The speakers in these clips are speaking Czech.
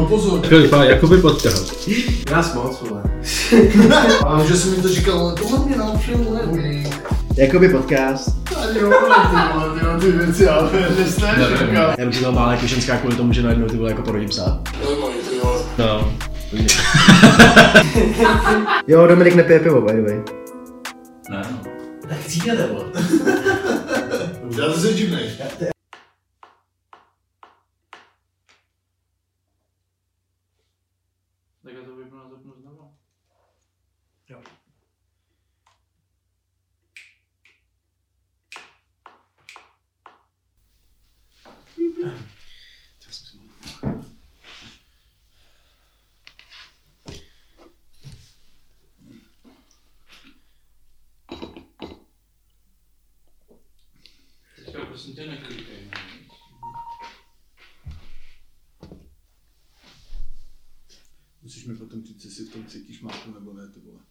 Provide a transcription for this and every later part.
pozor. Jakoby podcast. Nás moc, vole. Ale že jsem mi to říkal, ale tohle mě naučil, vole. Jakoby podcast. Tady jo, ty věci, ale přesně říkal. Já bych si to mála jako ženská kvůli tomu, že najednou ty vole jako porodím psa. No. Jo, Dominik nepije pivo, by the way. Ne, no. Tak cítíte, vole. Já zase divnej. Tak já to vypnu a zapnu znovu. Jo. Teďka prosím tě neklikej. Musíš mi potom říct, jestli v tom cítíš máku nebo ne, ty vole.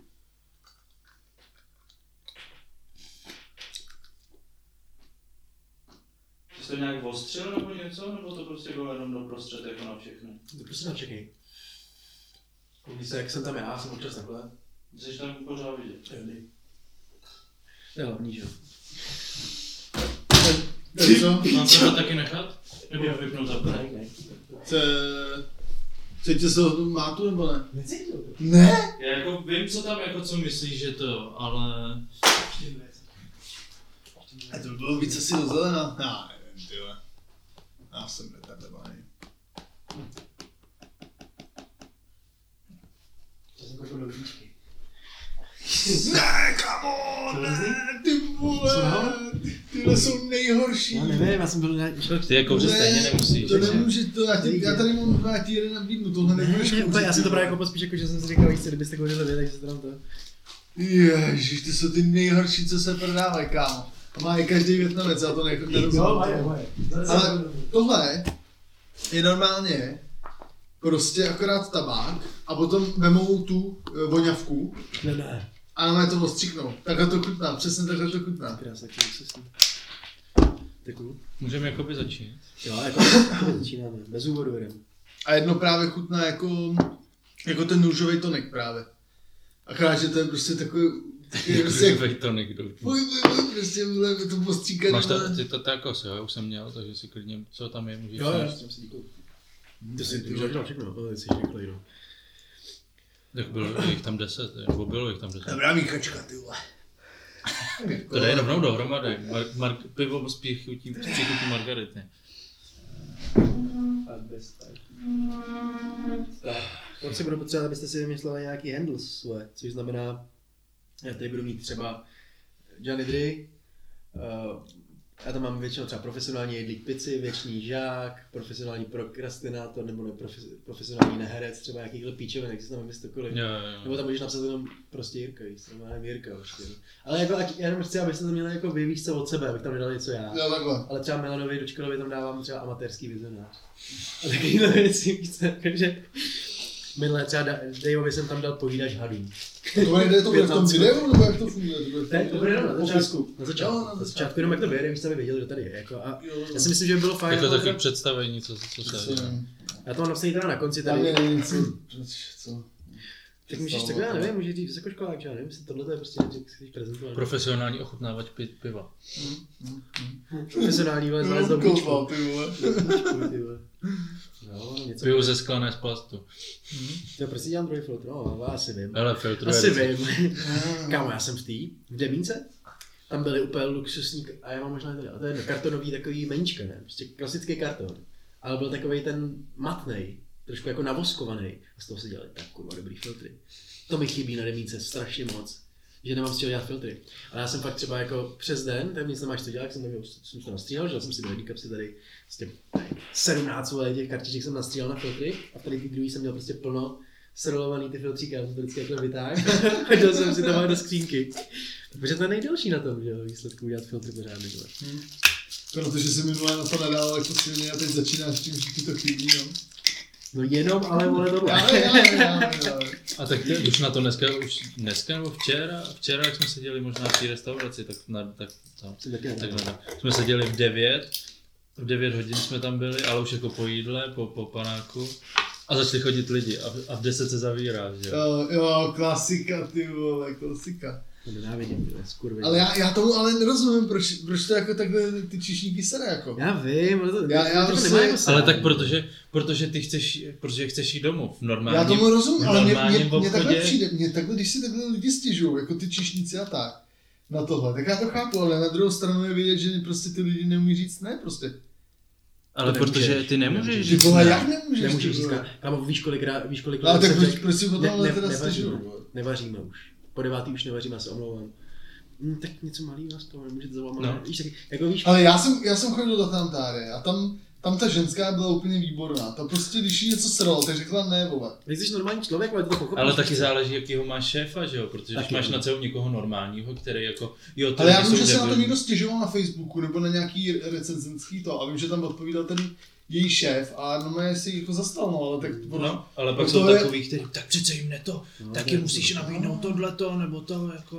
Jsi to nějak ostřil nebo něco, nebo to prostě bylo jenom doprostřed jako na všechny? To prostě na všechny. Víš se, jak jsem tam já, jsem občas takhle. Jsi tam pořád vidět. To je hlavní, že jo. Mám to taky nechat? Nebo vypnout zapnout? Cítě se ho mátu nebo ne? Necítím to. Ne? Já jako vím, co tam jako co myslíš, že to, ale... A to by bylo víc asi do zelena. Já nevím, tyhle. Já jsem retardovaný. To jsem koukal do výčky. Ne, kamo, ne, ty vole, tyhle jsou nejhorší. Já nevím, já jsem byl nějak... Ty jako že stejně nemusíš. To nemůže to, já tady mám jeden nabídnu, tohle nebudeš kouřit. Já jsem to právě jako spíš jako, že jsem si říkal, víš, kdybyste kouřili vy, takže se tam to... Ježiš, ty jsou ty nejhorší, co se prodávají, kámo. Má i každý Vietnamec, já to nerozumím. Ale tohle je normálně prostě akorát tabák a potom vemou tu voňavku Ne. a máme to ostříknou. Takhle to chutná, přesně takhle to chutná. Krásně, jak se s ním. Děkuju. Můžeme jakoby začít. Jo, jako začínáme, bez úvodu jdem. A jedno právě chutná jako ten nůžový tonik právě. Akorát, že to je prostě takový prostě jak... Vej to někdo. prostě vole, to ostříkaný. Máš to takos, jo? Já už jsem měl, takže si klidně, co tam je, můžeš Jo, říct. si děkuju. To si už dělal všechno, ale jsi rychlej, no. Tak bylo jich tam 10, nebo bylo jich tam 10. Dobrá míchačka, ty vole. To jde rovnou dohromady. Pivo s příchutí margarity. Pak si budu potřebovat, abyste si vymysleli nějaký handles svoje, což znamená, já tady budu mít třeba Johnny Dry, já tam mám většinou třeba profesionální jedlík pici, věčný žák, profesionální prokrastinátor nebo profesionální neherec, třeba jakýchhle píčovin, jak si tam vymyslit cokoliv. Jo. Nebo tam můžeš napsat jenom prostě Jirka, víš, nebo nevím Jirka určitě. Ale jako, já jenom chci, abyste to měli jako vy, víš co, od sebe, abych tam nedal něco já. Jo, takhle. Ale třeba Milanovi Dočkalovi tam dávám třeba amatérský vizionář. A takovýhle věci, víš co, takže... Minule třeba Daveovi jsem tam dal povídač hadů. To nejde to v tom videu, nebo jak to funguje? To bude jenom na začátku. Na začátku jenom jak to vyjede, víš, jste mi věděli, že tady je. Jako, a já si myslím, že by bylo fajn. Jako takový představení, co se dělá. Já to mám napsaný teda na konci tady. Co? Tak můžeš takhle, já nevím, můžeš říct jako školák, že já nevím, jestli tohle je prostě chceš prezentovat. Profesionální ochutnávač piva. Profesionální vole, zvést do bíčku. Ty vole. No, něco. Pivo ze skla, ne z plastu. Jo, prostě dělám druhý filtr, no, asi vím. Ale filtr Asi vím. Kámo, já jsem v Demínce, tam byly úplně luxusní, a já mám možná tady, a to je kartonový takový menička, ne? Prostě klasický karton. Ale byl takovej ten matnej, trošku jako navoskovaný. A z toho se dělaly tak kurva dobrý filtry. To mi chybí na Demínce strašně moc, že nemám z čeho dělat filtry. Ale já jsem fakt třeba jako přes den, tak nic nemáš co dělat, jsem to nastříhal, že jsem si do jedné kapsy tady prostě 17 těch kartiček jsem nastříhal na filtry a v tady ty druhý jsem měl prostě plno serolovaný ty filtříky, já jsem to vždycky jako vytáhl a dal jsem si tam do skřínky. Protože to je nejdelší na tom, že jo, výsledku udělat filtry pořádně. Protože jsi minulé na to nadával jako silně a teď začínáš tím všichni to chybí, no. No jenom, ale vole tohle. Já. A tak už na to dneska nebo včera, jak jsme seděli možná v té restauraci, jsme seděli v 9 hodin jsme tam byli, ale už jako po jídle, po panáku. A začali chodit lidi a v 10 se zavírá, že Jo, klasika, ty vole, klasika. To nenávidím, to je skurvě. Ale já tomu ale nerozumím, proč to jako takhle ty číšníky sere jako. Já vím, ale to Já to prostě- nemá jako ale srát. tak protože ty chceš jít domů v normálním. Já tomu rozumím, ale mě obchodě. takhle přijde, mě takhle, když si takhle lidi stěžují, jako ty číšníci a tak, na tohle, tak já to chápu, ale na druhou stranu je vidět, že prostě ty lidi neumí říct ne prostě. Ale To protože nemůžeš. ty nemůžeš Ty říct vole, ne. jak nemůžeš? Nemůžeš ty říct, vole? kámo, víš kolik Ale tak jsem řekl, proč si potom ale teda stěžují? nevaříme už. Po 9. už nevaříme, se omlouvám. Tak něco malýho z toho, nemůžete zavolat. No. Víš, tak, jako víš, Ale já jsem chodil do Tantáry a tam ta ženská byla úplně výborná. Ta prostě, když jí něco sralo, tak řekla ne, vole. když jsi normální člověk, ale to pochopíš. Ale taky záleží, jakýho máš šéfa, že jo? Protože když Taky, máš no. na celou někoho normálního, který jako, jo, to Ale já lidi vím, jsou že se na to debilní. někdo stěžoval na Facebooku nebo na nějaký recenzenský to a vím, že tam odpovídal ten její šéf a no si jako zastal, no, ale tak No, ale pak to jsou je- takový, kteří, tak přece jim ne to, No, taky to- musíš to- nabídnout tohleto, nebo to, jako.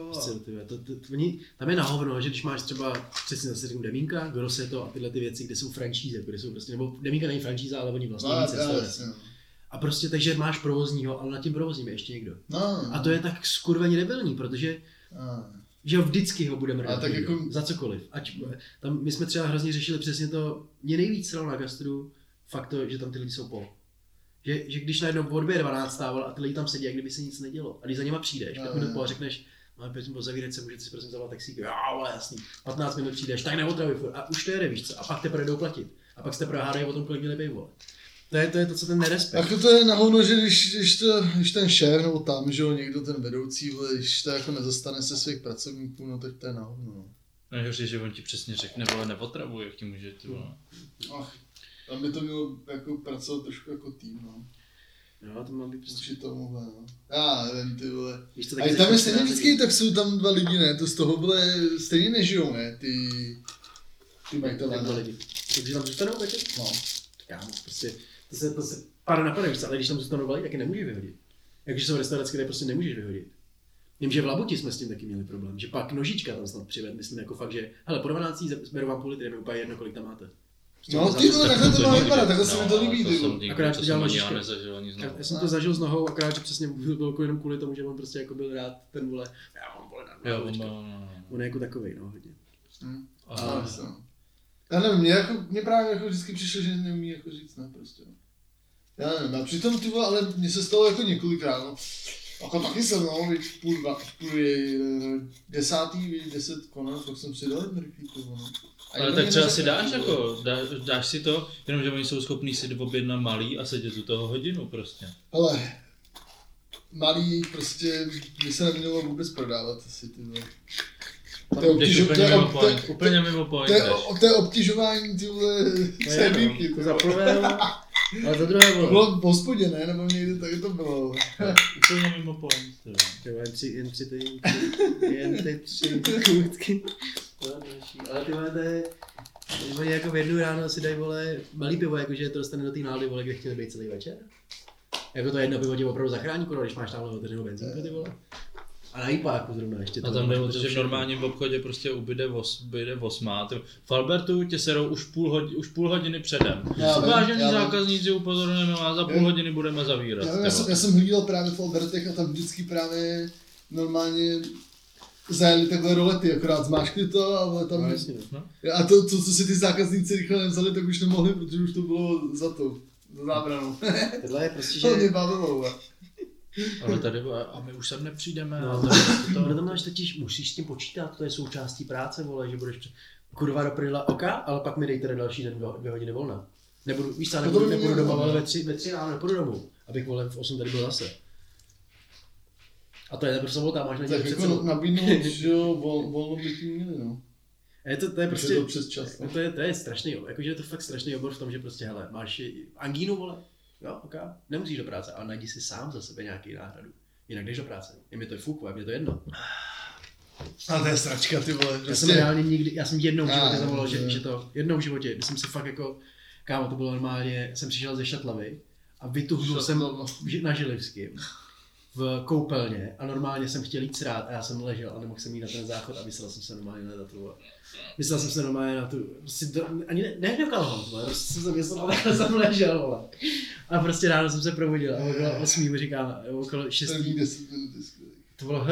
Tam je na hovno, že když máš třeba, přesně zase řeknu Demínka, Grosseto a tyhle ty věci, kde jsou franšíze, kde jsou prostě, nebo Demínka není franšíza, ale oni vlastně víc restaurací. A prostě takže máš provozního, ale nad tím provozním je ještě někdo. A to je tak skurveně debilní, protože že jo, vždycky ho budeme rád tak někdo, jako- za cokoliv. Tam my jsme třeba hrozně řešili přesně to, mě nejvíc sralo na gastru fakt to, že tam ty lidi jsou po. Že když najednou v odběr 12 stával a ty lidi tam sedí, jak kdyby se nic nedělo. A když za něma přijdeš, 5 minut po a řekneš, máme 5 minut zavírat se, můžete si prosím zavolat taxík. Jo, ale jasný. 15 minut přijdeš, tak neotravuj furt. A už to jede, víš co? A pak teprve jdou platit. A pak jste prohádají o tom, kolik měli pivo. To je to, co ten nerespekt. Jako to je na hovno, že když ten šéf nebo tam, že jo, někdo ten vedoucí, vole, když to jako nezastane se svých pracovníků, no tak to je na hovno. No. Nejhorší, že on ti přesně řekne, vole, neotravuj, jak ti může, ty vole. Ach, tam by to mělo jako pracovat trošku jako tým, no. Jo, to má být prostě. Vůči tomuhle, no. Já nevím, ty vole. Víš co, A taky i tam je začne stejně rád vždycky, lidi. tak jsou tam 2 lidi, ne? To z toho, vole, stejně nežijou, ne? Ty majitelé, Nebo ne? lidi. Takže tam zůstanou večer? No. Kámo, prostě, to se pár napadne, víš co, ale když tam zůstanou lidi, tak je nemůžeš vyhodit. Jakože jsou restaurace, kde prostě nemůžeš vyhodit. Vím, že v Labuti jsme s tím taky měli problém, že pak nožička tam snad přived, myslím jako fakt, že hele, po 12 beru vám půl litry, je mi úplně jedno, kolik tam máte. No, ty vole, takhle to má vypadat, takhle se mi to líbí, ty vole. Akorát to to dělal jsem ani já nožička. nezažil ani znovu. Já jsem to zažil s nohou, akorát, že přesně byl jenom kvůli tomu, že on prostě jako byl rád, ten vole, já mám vole na Jo, nožička. no. On je jako takovej, no, hodně. Aha. Já nevím, mě právě jako vždycky přišlo, že neumí jako říct ne prostě. No. Já nevím, a přitom ty vole, ale mně se stalo jako několikrát, no. Jako taky jsem, no, víš, v půl 10 konec, tak jsem si dal mrkvíku, no. Ale tak třeba si dáš jako, dáš si to, jenomže oni jsou schopní si objednat malý a sedět u toho hodinu prostě. Ale malý prostě by se nemělo vůbec prodávat asi, ty vole. Jdeš úplně mimo point, To je obtěžování, ty vole, servíky. To za prvé, ale za druhé, To vole. bylo v hospodě, ne? Nebo někde tady to bylo. Úplně mimo point. Jen ty tři kůtky. Ale ty vole, to je... Oni jako v jednu ráno si dají, vole, malý pivo, jakože to dostane do té nálady, vole, kde chtěli být celý večer. Jako to jedno pivo tě opravdu zachrání, když máš tamhle otevřenou benzínku, ty vole. A na jípáku zrovna ještě to. A tam jde o to, že v normálním obchodě prostě ubyde 8. V Albertu tě serou už půl hodiny předem. Vážení zákazníci, upozorňujeme vás, za půl hodiny budeme zavírat. Já jsem hlídal právě v Albertech a tam vždycky právě normálně zajeli takhle rolety, akorát zmáškli to a tam... No, jasně, no. A to, co si ty zákazníci rychle nevzali, tak už nemohli, protože už to bylo za zábranou. Tohle je prostě, To mě že... bavilo. Ale tady, a my už sem nepřijdeme. No, to máš totiž, musíš s tím počítat, to je součástí práce, vole, že budeš kurva do prdela oka, ale pak mi dejte další den 2 hodiny volna. Nebudu, víš co, nebudu doma, ale ve 3 ráno nepůjdu domů, abych vole v 8 tady byl zase. A to je teprve sobota, máš na něj Tak jako nabídnout, že jo, volno by tím měli, no. To je prostě, to přes čas, no. to je strašný, jakože je to fakt strašný obor v tom, že prostě, hele, máš angínu, vole, jo, ok, nemusíš do práce, ale najdi si sám za sebe nějaký náhradu. Jinak jdeš do práce, je mi to fuk, je mi to jedno. A to je sračka, ty vole. Já jsem reálně nikdy, já jsem jednou v životě zavolal, že to, jednou v životě, kdy jsem si fakt jako, kámo, to bylo normálně, jsem přišel ze Šatlavy a vytuhnul jsem na Želivským. v koupelně a normálně jsem chtěl jít srát a já jsem ležel a nemohl jsem jít na ten záchod a myslel jsem se normálně na tu. Myslel jsem se normálně na tu, prostě ani ne do kalhot, prostě jsem se myslel, ale jsem ležel, vole. A prostě ráno jsem se probudil a okolo 8 říkám, okolo 6. To bylo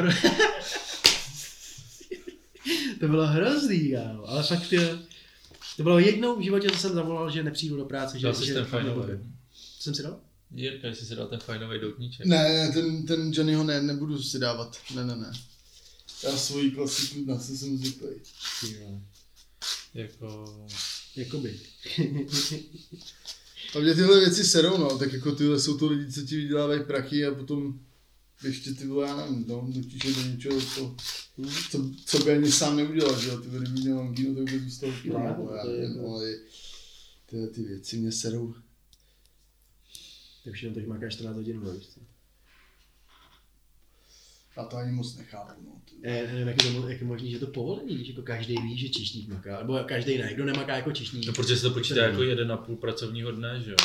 to bylo hrozný, kámo, ale fakt to bylo jednou v životě, co jsem zavolal, že nepřijdu do práce, že jsi ten fajnový. Co jsem si dal? Jirka, jestli si dal ten fajnový doutníček. Ne, ten Johnnyho nebudu si dávat, ne. Já svoji klasiku na co jsem zvyklý. Jakoby. A mě tyhle věci serou, no, tak jako tyhle jsou to lidi, co ti vydělávají prachy a potom ještě ty vole, já nevím, nutíš do něčeho, co by ani sám neudělal, že jo, ty kdyby měl angínu, tak by zůstal v plánu, já nevím, ale ty věci mě serou. Tak všechno teď máš 14 hodin, víš co? Já to ani moc nechápu, no. Nevím, jak je možný, že to povolený, když jako každý ví, že číšník maká, nebo každý ne, kdo nemaká jako číšník. No protože se to počítá jako 1,5 pracovního dne, že jo?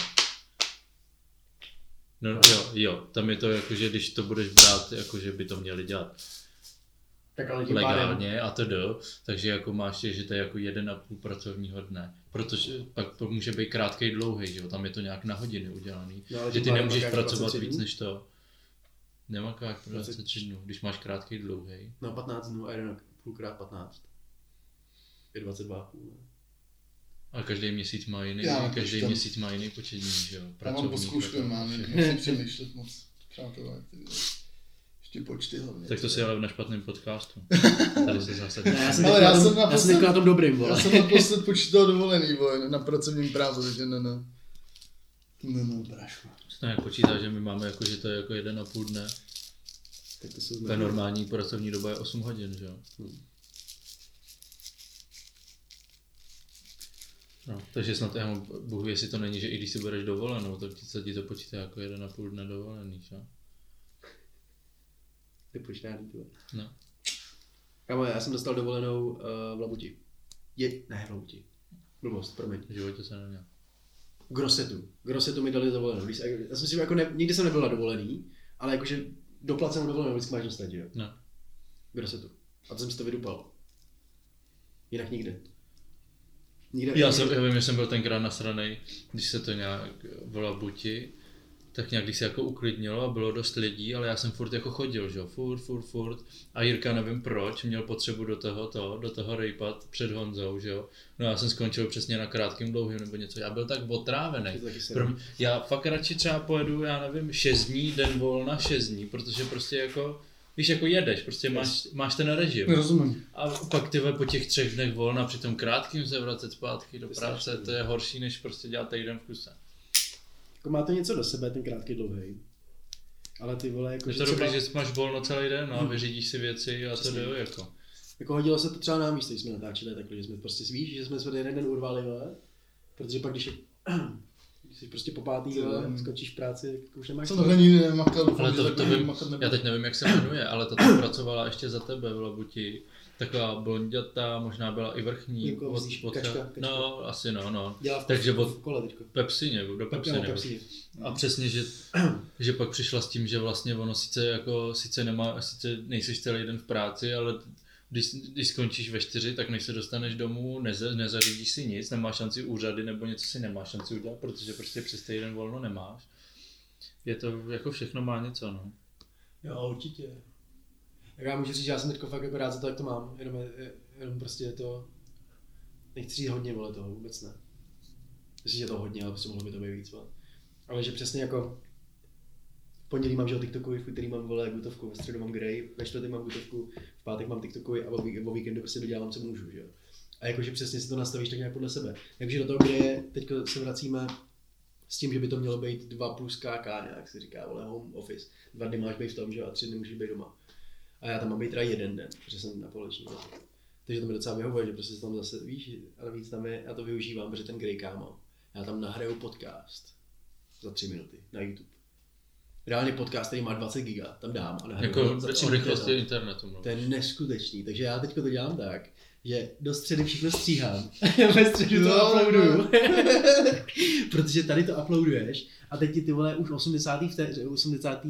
No jo, tam je to jako, že když to budeš brát, jako že by to měli dělat tak ale legálně a to takže jako máš, že to je jako 1,5 pracovního dne, protože pak to může být krátkej dlouhý, že jo, tam je to nějak na hodiny udělaný, no, že ty nemůžeš pracovat víc než to. Nemakáš 23 dnů, když máš krátkej dlouhý. No 15 dnů a 1,5 krát 15. Je 22,5. A každý měsíc má jiný, měsíc má jiný počet dní, že jo. Já mám po zkoušku, musím přemýšlet moc, přátelé. Ještě počty hlavně. Tak to si ale na špatném podcastu. Tady se zase... Já jsem na tom dobrým, vole. Já jsem naposled počítal dovolený, vole, na pracovním právu, takže no, braško. To nějak počítá, že my máme jako, že to je jako 1,5 dne. Tak to ta normální pracovní doba je 8 hodin, že jo. No, takže snad Bůh ví, jestli to není, že i když si bereš dovolenou, tak se ti to počítá jako 1,5 dne dovolený, že? Ty počítá to. No. Kámo, já jsem dostal dovolenou v Labuti. Ne v Labuti. Blbost, promiň. V životě se neměl. Grosetu mi dali dovolenou. Já jsem si jako nikdy jsem nebyl na dovolený, ale jakože doplacenou dovolenou vždycky máš dostat, jo? No. Grosetu. A to jsem si to vydupal. Jinak nikde. Já vím, že jsem byl tenkrát nasranej, když se to nějak v Labuti, tak nějak když se jako uklidnilo a bylo dost lidí, ale já jsem furt jako chodil, že jo, furt. A Jirka nevím proč, měl potřebu do toho rejpat před Honzou, že jo. No já jsem skončil přesně na krátkým dlouhým nebo něco, já byl tak otrávený. Já fakt radši třeba pojedu, já nevím, 6 dní, den volna 6 dní, protože prostě jako, víš, jako jedeš, prostě máš ten režim. Rozumím. A pak ty po těch 3 dnech volna při tom krátkým se vracet zpátky do práce, to je horší, než prostě dělat týden v kuse. Jako má to něco do sebe, ten krátký dlouhý. Ale ty vole, jako... Je to dobrý, že máš volno celý den, no, vyřídíš si věci a to jde jako. Jako hodilo se to třeba nám místo, když jsme natáčeli takhle, že jsme prostě víš, že jsme jeden den urvali, vole. Protože pak když jsi prostě po pátý, vole, skončíš v práci, tak už nemáš... Co tohle nikdy nemakal, ale to vím, já teď nevím, jak se jmenuje, ale ta tam pracovala ještě za tebe v Labuti. Taková blonděta, možná byla i vrchní. Jako kačka. No, asi no. Dělá takže v kole teďko. Pepsi, do Pepsi. A přesně, že pak přišla s tím, že vlastně ono sice nejseš celý den v práci, ale když skončíš ve 4, tak než se dostaneš domů, nezařídíš si nic, nemáš šanci úřady nebo něco si nemáš šanci udělat, protože prostě přes týden volno nemáš. Je to jako všechno má něco, no. Jo, určitě. Tak já můžu říct, že já jsem teďko fakt jako rád za to, jak to mám, jenom prostě je to, nechci říct hodně, vole, toho vůbec ne. Myslím, že je to hodně, ale prostě mohlo by to být víc, vole. Ale že přesně jako v pondělí mám, že TikToku, v úterý mám, vole, gutovku, ve středu mám Grey, ve čtvrtek mám gutovku, v pátek mám TikToku a o víkendu prostě dodělám, co můžu, že jo. A jakože přesně si to nastavíš tak nějak podle sebe. Takže do toho Greje teďko se vracíme s tím, že by to mělo být 2 plus KK, nějak se říká, vole, home office. 2 dny máš být v tom, že a 3 dny můžeš být doma. A já tam mám být teda 1 den, protože jsem na pololeční. Takže to mi docela vyhovuje, že prostě se tam zase, víš, ale víc tam je, já to využívám, protože ten Grey, kámo, já tam nahraju podcast za 3 minuty na YouTube. Reálně podcast, který má 20 giga, tam dám a nahraju jako za 3 minuty. Jako rychlosti internetu. Mluvíš. To je neskutečný, takže já teďko to dělám tak, že do středy všechno stříhám, ve středu to uploaduju, protože tady to uploaduješ a teď ti ty vole už 80.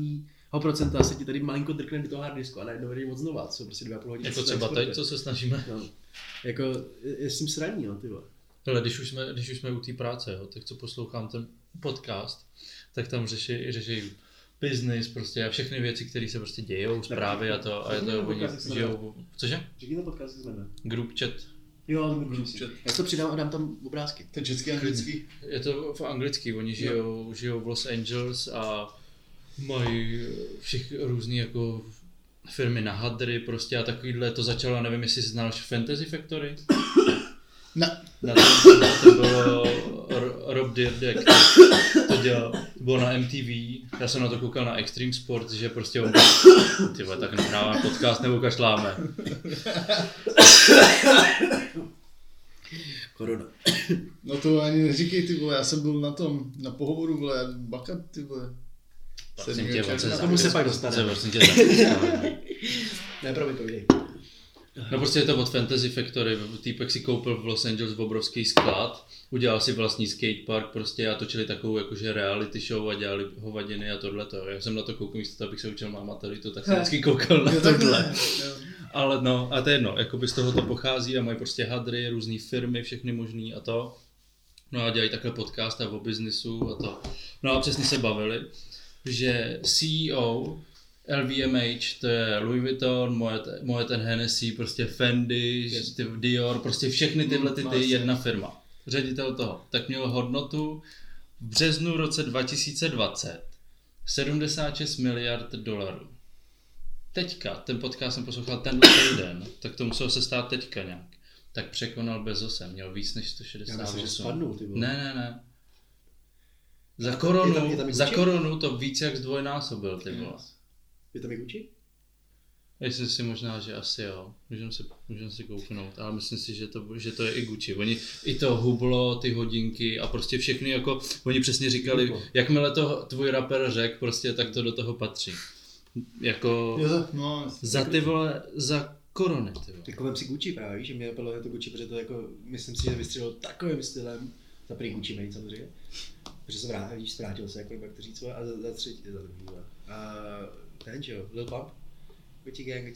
procenta se ti tady malinko drkne do toho harddisku a najednou je moc nová, co prostě 2,5 hodiny. Jako třeba teď, co se snažíme. No. Jako, je s tím sraní, no, ty vole. Hele, když už jsme u té práce, jo, tak co poslouchám ten podcast, tak tam řeší business prostě a všechny věci, které se prostě dějou, zprávy a to, a je to oni žijou, cože? Řekni to podcast, jak se jmenuje. Group chat. Jo, group chat. Já to přidám a dám tam obrázky. To je český anglický? Je to v anglický, oni žijou v Los Angeles a mají všech různý jako firmy na hadry prostě a takovýhle, to začalo, nevím, jestli jsi znal Fantasy Factory? Ne. Na to bylo Rob Dyrdek, to dělal, to bylo na MTV, já jsem na to koukal na Extreme Sports, že prostě on, ty vole, tak nahráváme podcast nebo kašláme. Korona. No to ani neříkej, ty vole, já jsem byl na pohovoru, vole, bakat, ty vole. Na tomu se pak dostane. Ne, povídej. No prostě je to od Fantasy Factory, týpek si koupil v Los Angeles obrovský sklad, udělal si vlastní skatepark prostě a točili takovou jakože reality show a dělali hovadiny a tohleto. Já jsem na to koukal místo, abych se učil maturitu, tak jsem vždycky koukal na tohle. Ale no, a to je jedno, jakoby z toho to pochází a mají prostě hadry, různý firmy, všechny možný a to. No a dělají takhle podcast a o biznisu a to. No a přesně se bavili, že CEO LVMH, to je Louis Vuitton, Moet Hennessy, prostě Fendi, Dior, prostě všechny tyhle jedna firma. Ředitel toho. Tak měl hodnotu v březnu roce 2020 76 miliard dolarů. Teďka, ten podcast jsem poslouchal tenhle týden, tak to muselo se stát teďka nějak. Tak překonal Bezosem, měl víc než 168. Já myslím, že spadnul, ty vole. Ne. Za korunu to víc jak zdvojnásobil, ty vole. Je tam i Gucci? Jestli si možná, že asi jo. Můžeme si kouknout, ale myslím si, že to je i Gucci. Oni i to hublo, ty hodinky a prostě všechny jako, oni přesně říkali, jakmile to tvůj rapper řekl, prostě tak to do toho patří. Jako za ty vole, za koruny, ty vole. Jako vem si Gucci právě, že mě napadlo to Gucci, protože to jako, myslím si, že vystřelilo takovým stylem, za první Gucci main samozřejmě, protože jsem vrátil se, jako jak to říct, a za třetí, za druhý, a ten, že jo, Lil Pump. Gucci gang.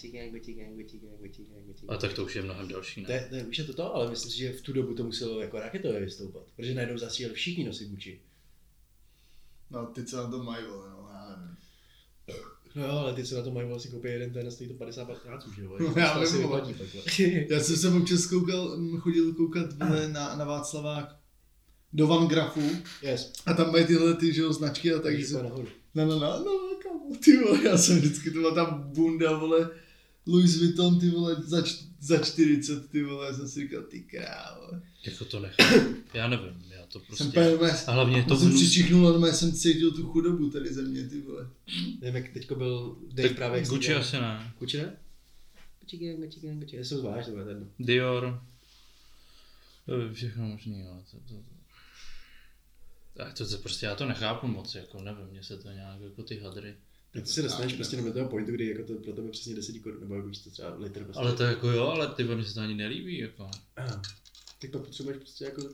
A tak to už je mnohem další, ne? Už je to, ale myslím si, že v tu dobu to muselo jako raketově vystoupat, protože najednou zasíjeli všichni nosit Gucci. No, ty co na to mají, vole, no, já nevím. No ale ty co na to mají, si koupí jeden, ten stojí to 50 práců, že jo? Já nevím, já jsem se občas chodil koukat na Václavák do Van Grafu. Yes. A tam mají tyhle ty, že jo, značky a tak, že se... No, kamo, ty vole, já jsem vždycky, to byla tam bunda, vole, Louis Vuitton, ty vole, za 40, ty vole, já jsem si říkal, ty krávo. Jako to nechám, já nevím, já to prostě, a hlavně to jsem přičichnul, ale jsem cítil tu chudobu tady ze mě, ty vole. Nevím, jak teďko byl Dave právě. Gucci asi ne. Gucci ne? Gucci, já jsem zváš, to bude jedno. Dior, všechno možný, jo, to prostě já to nechápu moc, jako nevím, mně se to nějak jako ty hadry. Ty se dostaneš prostě do toho pointu, kdy jako to pro tebe přesně 10 korun, nebo víš to třeba litr prostě. Ale to jako jo, ale ty mně se to ani nelíbí, jako. Tak to potřebuješ prostě jako...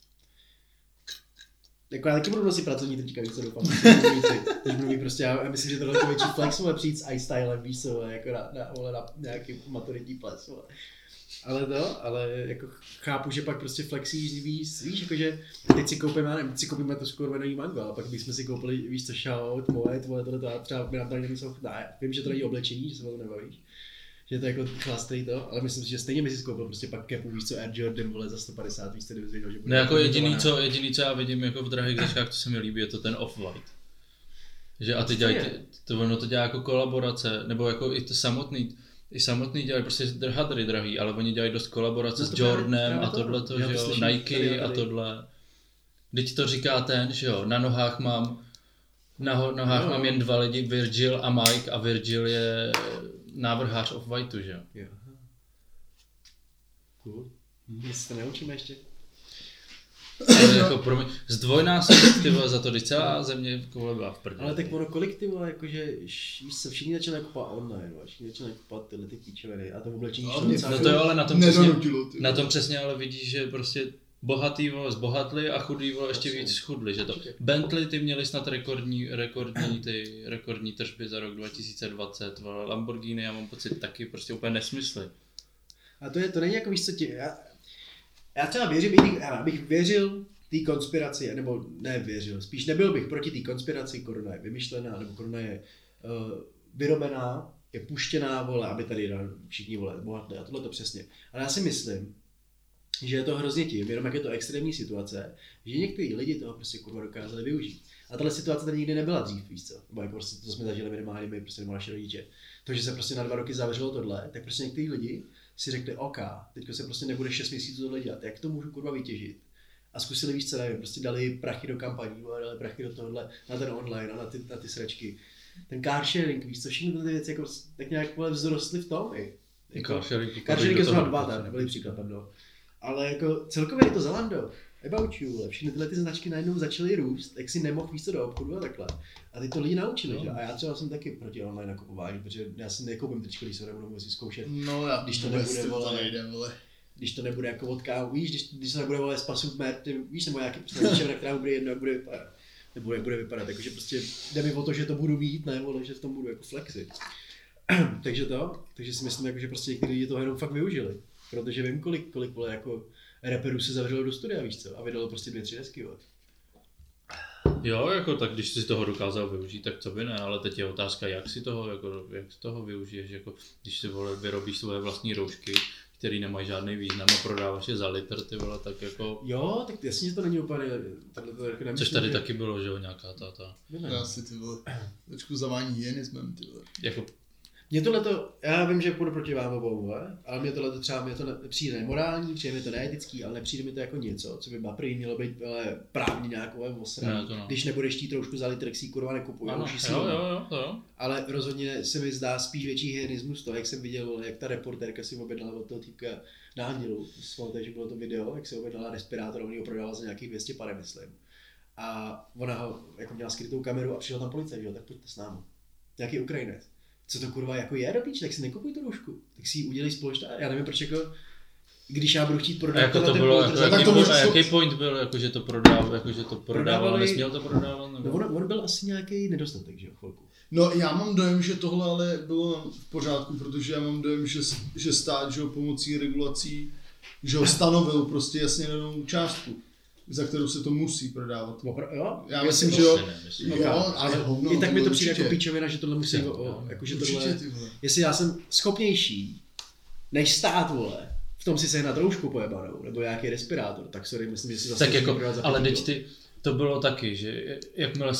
Jako já taky budu nosit pracovní trička, víš co doufám, když budu mít prostě, já myslím, že tohle je větší flex, ale přijít s iStylem, víš co, jako na nějaký maturitní ples, ale jako chápu, že pak prostě flexíš, víš, jakože teď si koupíme to skurvený mango, ale pak bychom si koupili, víš co, Shout, Moet, tohle, a třeba by nám tady něco, vím, že to není oblečení, že se o to nebavíš, že to je jako chlastrý to, ale myslím si, že stejně by si koupil prostě pak kepu, víš co, Air Jordan, vole, za 150, víš co, kdyby věděl, že bude... No jako jediný, co já vidím jako v drahých značkách, to se mi líbí, je to ten Off-White. Že a ty dělají, ono to dělá jako kolaborace, nebo jako i to samotný dělají prostě hadry drahý, ale oni dělají dost kolaborace s Jordanem a tohleto, že jo, Nike a tohle. Teď to říká ten, že jo, na nohách mám jen 2 lidi, Virgil a Mike, a Virgil je návrhář Off-Whiteu, že jo. Cool. My se to neučíme ještě. Ale jako pro mě, zdvojnásobek, ty vole, za to, když celá země koule byla v prdě. Ale tak ono kolik, ty vole, jakože se všichni začali nakupovat online, všichni začali nakupovat tyhle ty píčoviny a to oblečení šlo docela... No to jo, ale na tom přesně ale vidíš, že prostě bohatý vole zbohatli a chudý vole ještě víc schudli, že to. Bentley ty měli snad rekordní tržby za rok 2020, vole, Lamborghini já mám pocit taky prostě úplně nesmysly. A to není jako víš co ti, já třeba věřím, abych věřil té konspiraci, nebo nevěřil, spíš nebyl bych proti té konspiraci, korona je vymyšlená, nebo korona je vyrobená, je puštěná, vole, aby tady všichni vole bohatli a tohle to přesně. Ale já si myslím, že je to hrozně tím, jenom jak je to extrémní situace, že někteří lidi toho prostě kurva dokázali využít. A tahle situace tady nikdy nebyla dřív, víš co? Nebo jako prostě to jsme zažili minimálně my, prostě nebo naše rodiče. To, že se prostě na 2 roky zavřelo tohle, tak prostě někteří lidi si řekli, OK, teďko se prostě nebude 6 měsíců tohle dělat, jak to můžu kurva vytěžit? A zkusili víc co nevím, prostě dali prachy do kampaní, dali prachy do tohohle, na ten online a na ty sračky. Ten car sharing, víš co, všechny ty věci jako tak nějak vzrostly v tom i. Jako, car sharing je zrovna 2, nebyl příklad, pardon. Ale jako celkově je to Zalando, About You, všechny tyhle ty značky najednou začaly růst, jak si nemohl víc do obchodu a takhle. A ty to lidi naučili, že? A já třeba jsem taky proti online nakupování, protože já si nekoupím tričko, když se nebudu muset zkoušet. No já když to nebude, vole. Když to nebude jako od kávu, víš, když se nebude volat z pasu víš, nebo nějaký prostě na která bude jedno, jak bude vypadat. Nebo jak bude vypadat, takže prostě jde mi o to, že to budu mít, ne, vole, že v tom budu jako flexit. takže si myslím, jako, že prostě někteří lidi toho jenom fakt využili. Protože vím, kolik vole, jako rapperů se zavřelo do studia, víš co, a vydalo prostě 2-3 desky, vole. Jo, jako tak když si toho dokázal využít, tak co by ne, ale teď je otázka, jak toho využiješ, jako když si vole, vyrobíš svoje vlastní roušky, který nemají žádný význam a prodáváš je za litr, ty vole, tak jako... Jo, tak jasně, že to není úplně... Jako což tady taky bylo, že jo, nějaká ta... Já si ty vole, trošku zavání hyenismem, ty vole. Jako... Mně tohleto, já vím, že půjdu proti vám obou, ale mě tohleto třeba přijde nemorální, přijde mi to neetický, ale nepřijde mi to jako něco, co by prý mělo být právně nějakou osraní. No. Když nebudeš chtít trošku za litr, si kurva nekupuj, jo. Ale rozhodně se mi zdá spíš větší hyenismus toho, jak jsem viděl, jak ta reportérka si objednala od toho týpka na Andělu, že bylo to video, jak se objednala respirátor, on ho prodával za nějakých 200 pade, myslím. A ona ho jako měla skrytou kameru a přišel tam policajt, jo, tak pojďte s námi. Nějaký Ukrajinec. Co to kurva jako je do píče, tak si nekupuj tu roušku, tak si ji udělej společně. Já nevím proč jako, když já budu chtít prodat jako to bylo, jaký point byl, jako že to prodával, nesměl to prodávat? Nebo? No on byl asi nějaký nedostatek, že jo, chvilku. No já mám dojem, že tohle ale bylo v pořádku, protože já mám dojem, že stát, že pomocí regulací, že ho stanovil prostě jasně danou částku, za kterou se to musí prodávat. Jo? Já myslím, že jo. Ale hovno, i tak mi to přijde jako píčovina, že tohle musí, jako že tohle, jestli já jsem schopnější než stát, vole, v tom si sehnat roušku pojebanou, nebo nějaký respirátor, tak sorry, myslím, že si zase tak jako, ale teď to bylo taky, že jakmile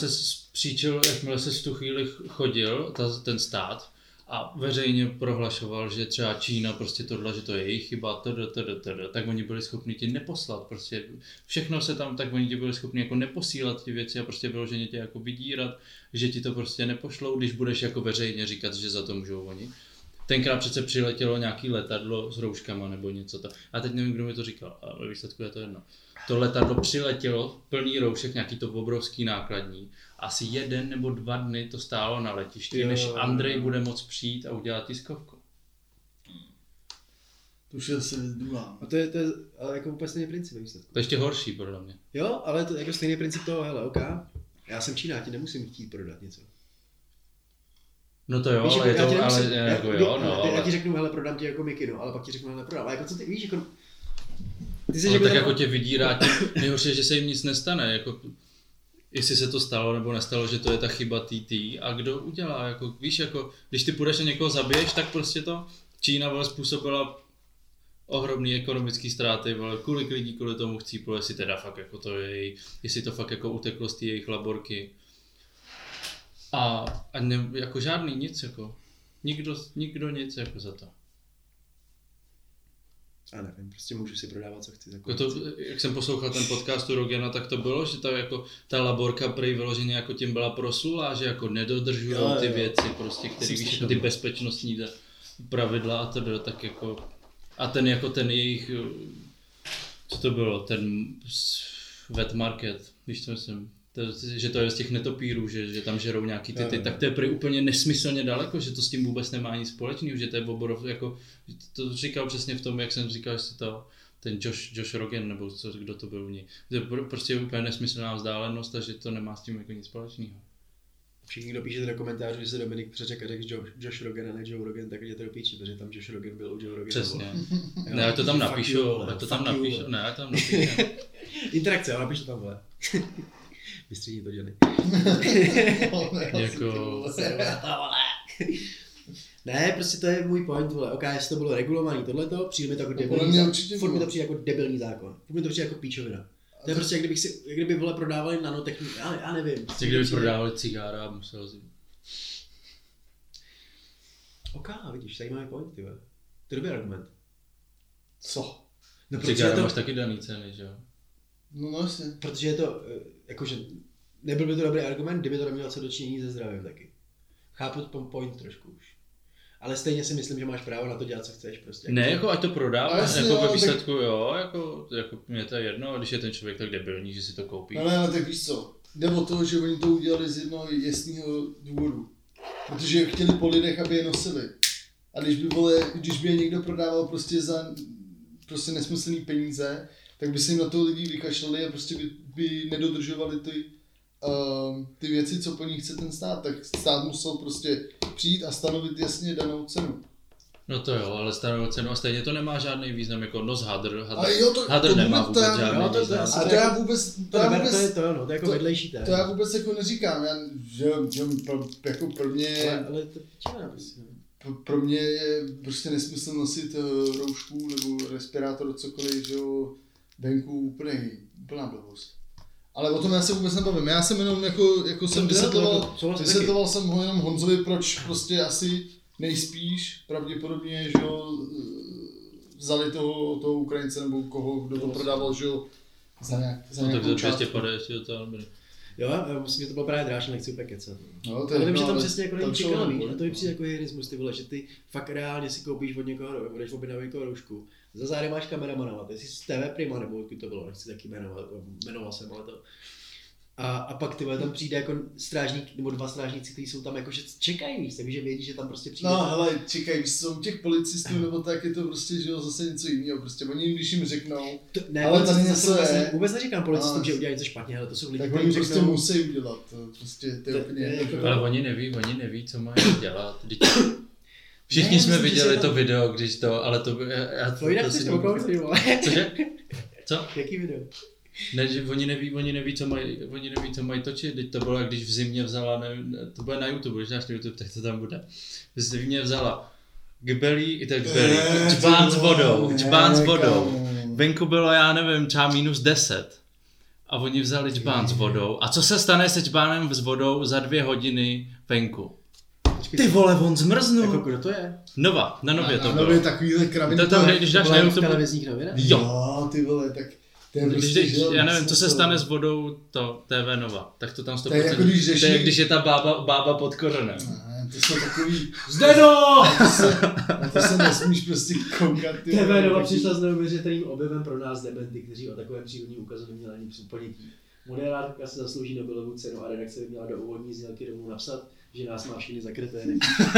se v tu chvíli chodil ten stát, a veřejně prohlašoval, že třeba Čína prostě tohle, že to je jejich chyba, tak oni byli schopni ti neposlat, prostě všechno se tam, tak oni ti byli schopni jako neposílat ty věci a prostě vyloženě tě jako vydírat, že ti to prostě nepošlou, když budeš jako veřejně říkat, že za to můžou oni. Tenkrát přece přiletělo nějaký letadlo s rouškama nebo něco to. A teď nevím, kdo mi to říkal, ale ve výsledku je to jedno. To letadlo přiletělo plný roušek, nějaký to obrovský nákladní. Asi 1 nebo 2 dny to stálo na letišti, než Andrej bude moct přijít a udělat tiskovku. To už je asi druhá. A to je ale jako úplně stejný princip výsledku. To je ještě horší podle mě. Jo, ale to je jako stejný princip toho, hele, OK, já jsem Číňák, ti nemusím chtít prodat něco. No to jo, víš, ale je to, já ti řeknu, hele, prodám ti jako mikinu, ale pak ti řeknu, hele, prodám. A jako co ty, víš, jako... Ty jsi tak jako tě vydírá, nejhorší je, že se jim nic nestane, jako... Jestli se to stalo nebo nestalo, že to je ta chyba TT a kdo udělá, jako víš, jako když ty půjdeš a někoho zabiješ, tak prostě to Čína vole způsobila ohromný ekonomický ztráty, vole, kolik lidí kvůli tomu chcíplo, jestli teda fakt jako to je, jestli to fakt jako uteklo z té jejich laborky. A ne, jako žádný nic, jako nikdo nic jako za to. A nevím, prostě můžu si prodávat, co chci. Jako to, jak jsem poslouchal ten podcast u Rogena, tak to bylo, že ta laborka prý vyloženě jako tím byla proslulá, že jako nedodržujou ty věci, prostě, které víš, jako ty bezpečnostní pravidla a to tak jako... A ten jejich, co to bylo, ten wet market, víš co myslím, že to je z těch netopírů, že tam žerou nějaký ty, tak to je prý úplně nesmyslně daleko, že to s tím vůbec nemá nic společného, že to je oborov, jako, to říkal přesně v tom, jak jsem říkal, že ten Josh Rogan, nebo kdo to byl u něj. To je prostě úplně nesmyslná vzdálenost a že to nemá s tím jako nic společného. Všichni, kdo píšete do komentářů, že se Dominik přeřekl a řekl Josh Rogan a ne Joe Rogan, tak je to do píči, protože tam Josh Rogan byl u Joe Rogana. Přesně. Ne, já to tam napíšu. Interakce, ale napiš to tam, vole. Vystřídní to dělej. Jako... Ne, prostě to je můj point, vole. OK, jestli to bylo regulovaný tohleto, přijde mi to jako debilní zákon. Furt mi to přijde jako debilní zákon. Furt mi to přijde jako píčovina. To je prostě, jak kdyby vole prodávali nanotechnologie, já nevím. Jak kdyby prodávali cigára a musel zjít. OK, vidíš, zajímavý point, ty vole. To je dobrý argument. Co? No, cigára máš taky daný ceny, že jo? No vlastně. Protože je to, jakože, nebyl by to dobrý argument, kdyby to nemělo co dočinění se zdravím taky. Chápu ten point trošku už. Ale stejně si myslím, že máš právo na to dělat, co chceš prostě. Ne, jako ať to prodává, jako jo, ve výsledku tak... jo, jako mě to je jedno, když je ten člověk tak debilní, že si to koupí. No ne, tak víš co, jde o to, že oni to udělali z jednoho jasného důvodu. Protože chtěli po lidech, aby je nosili. A když by je někdo prodával prostě za prostě nesmyslný peníze, tak by se jim na to lidi vykašlali a prostě by nedodržovali ty věci, co po nich chce ten stát, tak stát musel prostě přijít a stanovit jasně danou cenu. No to jo, ale stanovit cenu a stejně to nemá žádný význam, jako nos hadr to nemá vůbec žádný význam. A to já vůbec... To je jako vedlejší téma. To já vůbec jako neříkám, že jako pro mě... Ale to pičina, prostě. Pro mě je prostě nesmysl nosit roušku nebo respirátor, cokoliv, že jo, venku úplná blbost. Ale o tom já se vůbec nebavím. Já jsem jenom jako jsem vysvětloval jsem ho jenom Honzovi, proč prostě asi nejspíš pravděpodobně, že jo, vzali toho Ukrajince nebo kdo to prodával, že jo, za nějakou částku. Jo, já myslím, že to bylo právě dráž, nechci úplně kecat. No, ale vím, že tam přesně jako není čekal, víš, a to mi přijde jako hyenismus, ty vole, že ty fakt reálně si koupíš od někoho, budeš objednat někoho roušku, za zády máš kameramana, ty jsi z TV Prima, nebo jaký to bylo, nechci taky jmenoval jsem, ale to. A pak ty vole, tam přijde jako strážník, nebo dva strážníci, kteří jsou tam jako, že čekají, víš, takže vědí, že tam prostě přijde. No hele, čekají, víš, jsou těch policistů, nebo tak je to prostě, že jo, zase něco jiného, prostě oni když jim řeknou, ne, ale tady něco je. Vůbec neříkám policistům, že udělají něco špatně, ale to jsou lidi, tak oni prostě musí udělat, to prostě, to je úplně. Ale oni neví, co mají dělat. Všichni jsme viděli to video, když to, ale to... To si Cože? Co? Jaký video? Ne, že oni neví, co mají točit, teď to bylo, jak když v zimě vzala, nevím, to bude na YouTube, když dáš na YouTube, tak to tam bude. V zimě vzala gbelí, čbán s vodou, venku bylo, já nevím, třeba -10 a oni vzali čbán s vodou a co se stane se čbánem s vodou za 2 hodiny venku? Ty vole, on zmrznul. Jako kdo to je? Nova, na Nově to bylo. Na Nově takovýhle kraviny. Když dáš na YouTube. Televizních novinách? Jo, ty vole, tak... Já nevím, co se stane s vodou, to TV Nova, tak to tam 100%. To je jako když je ta bába pod kořenem. To jsou takový... Zdeno! Na to se nesmíš prostě koukat. TV Nova přišla s neuvěřitelným objevem pro nás dementy, kteří o takovém přírodním úkazu neměli ani ponětí. Moderátorka se zaslouží Nobelovu cenu a redakce by měla do úvodní znělky domů napsat, že nás má všichni za kretény.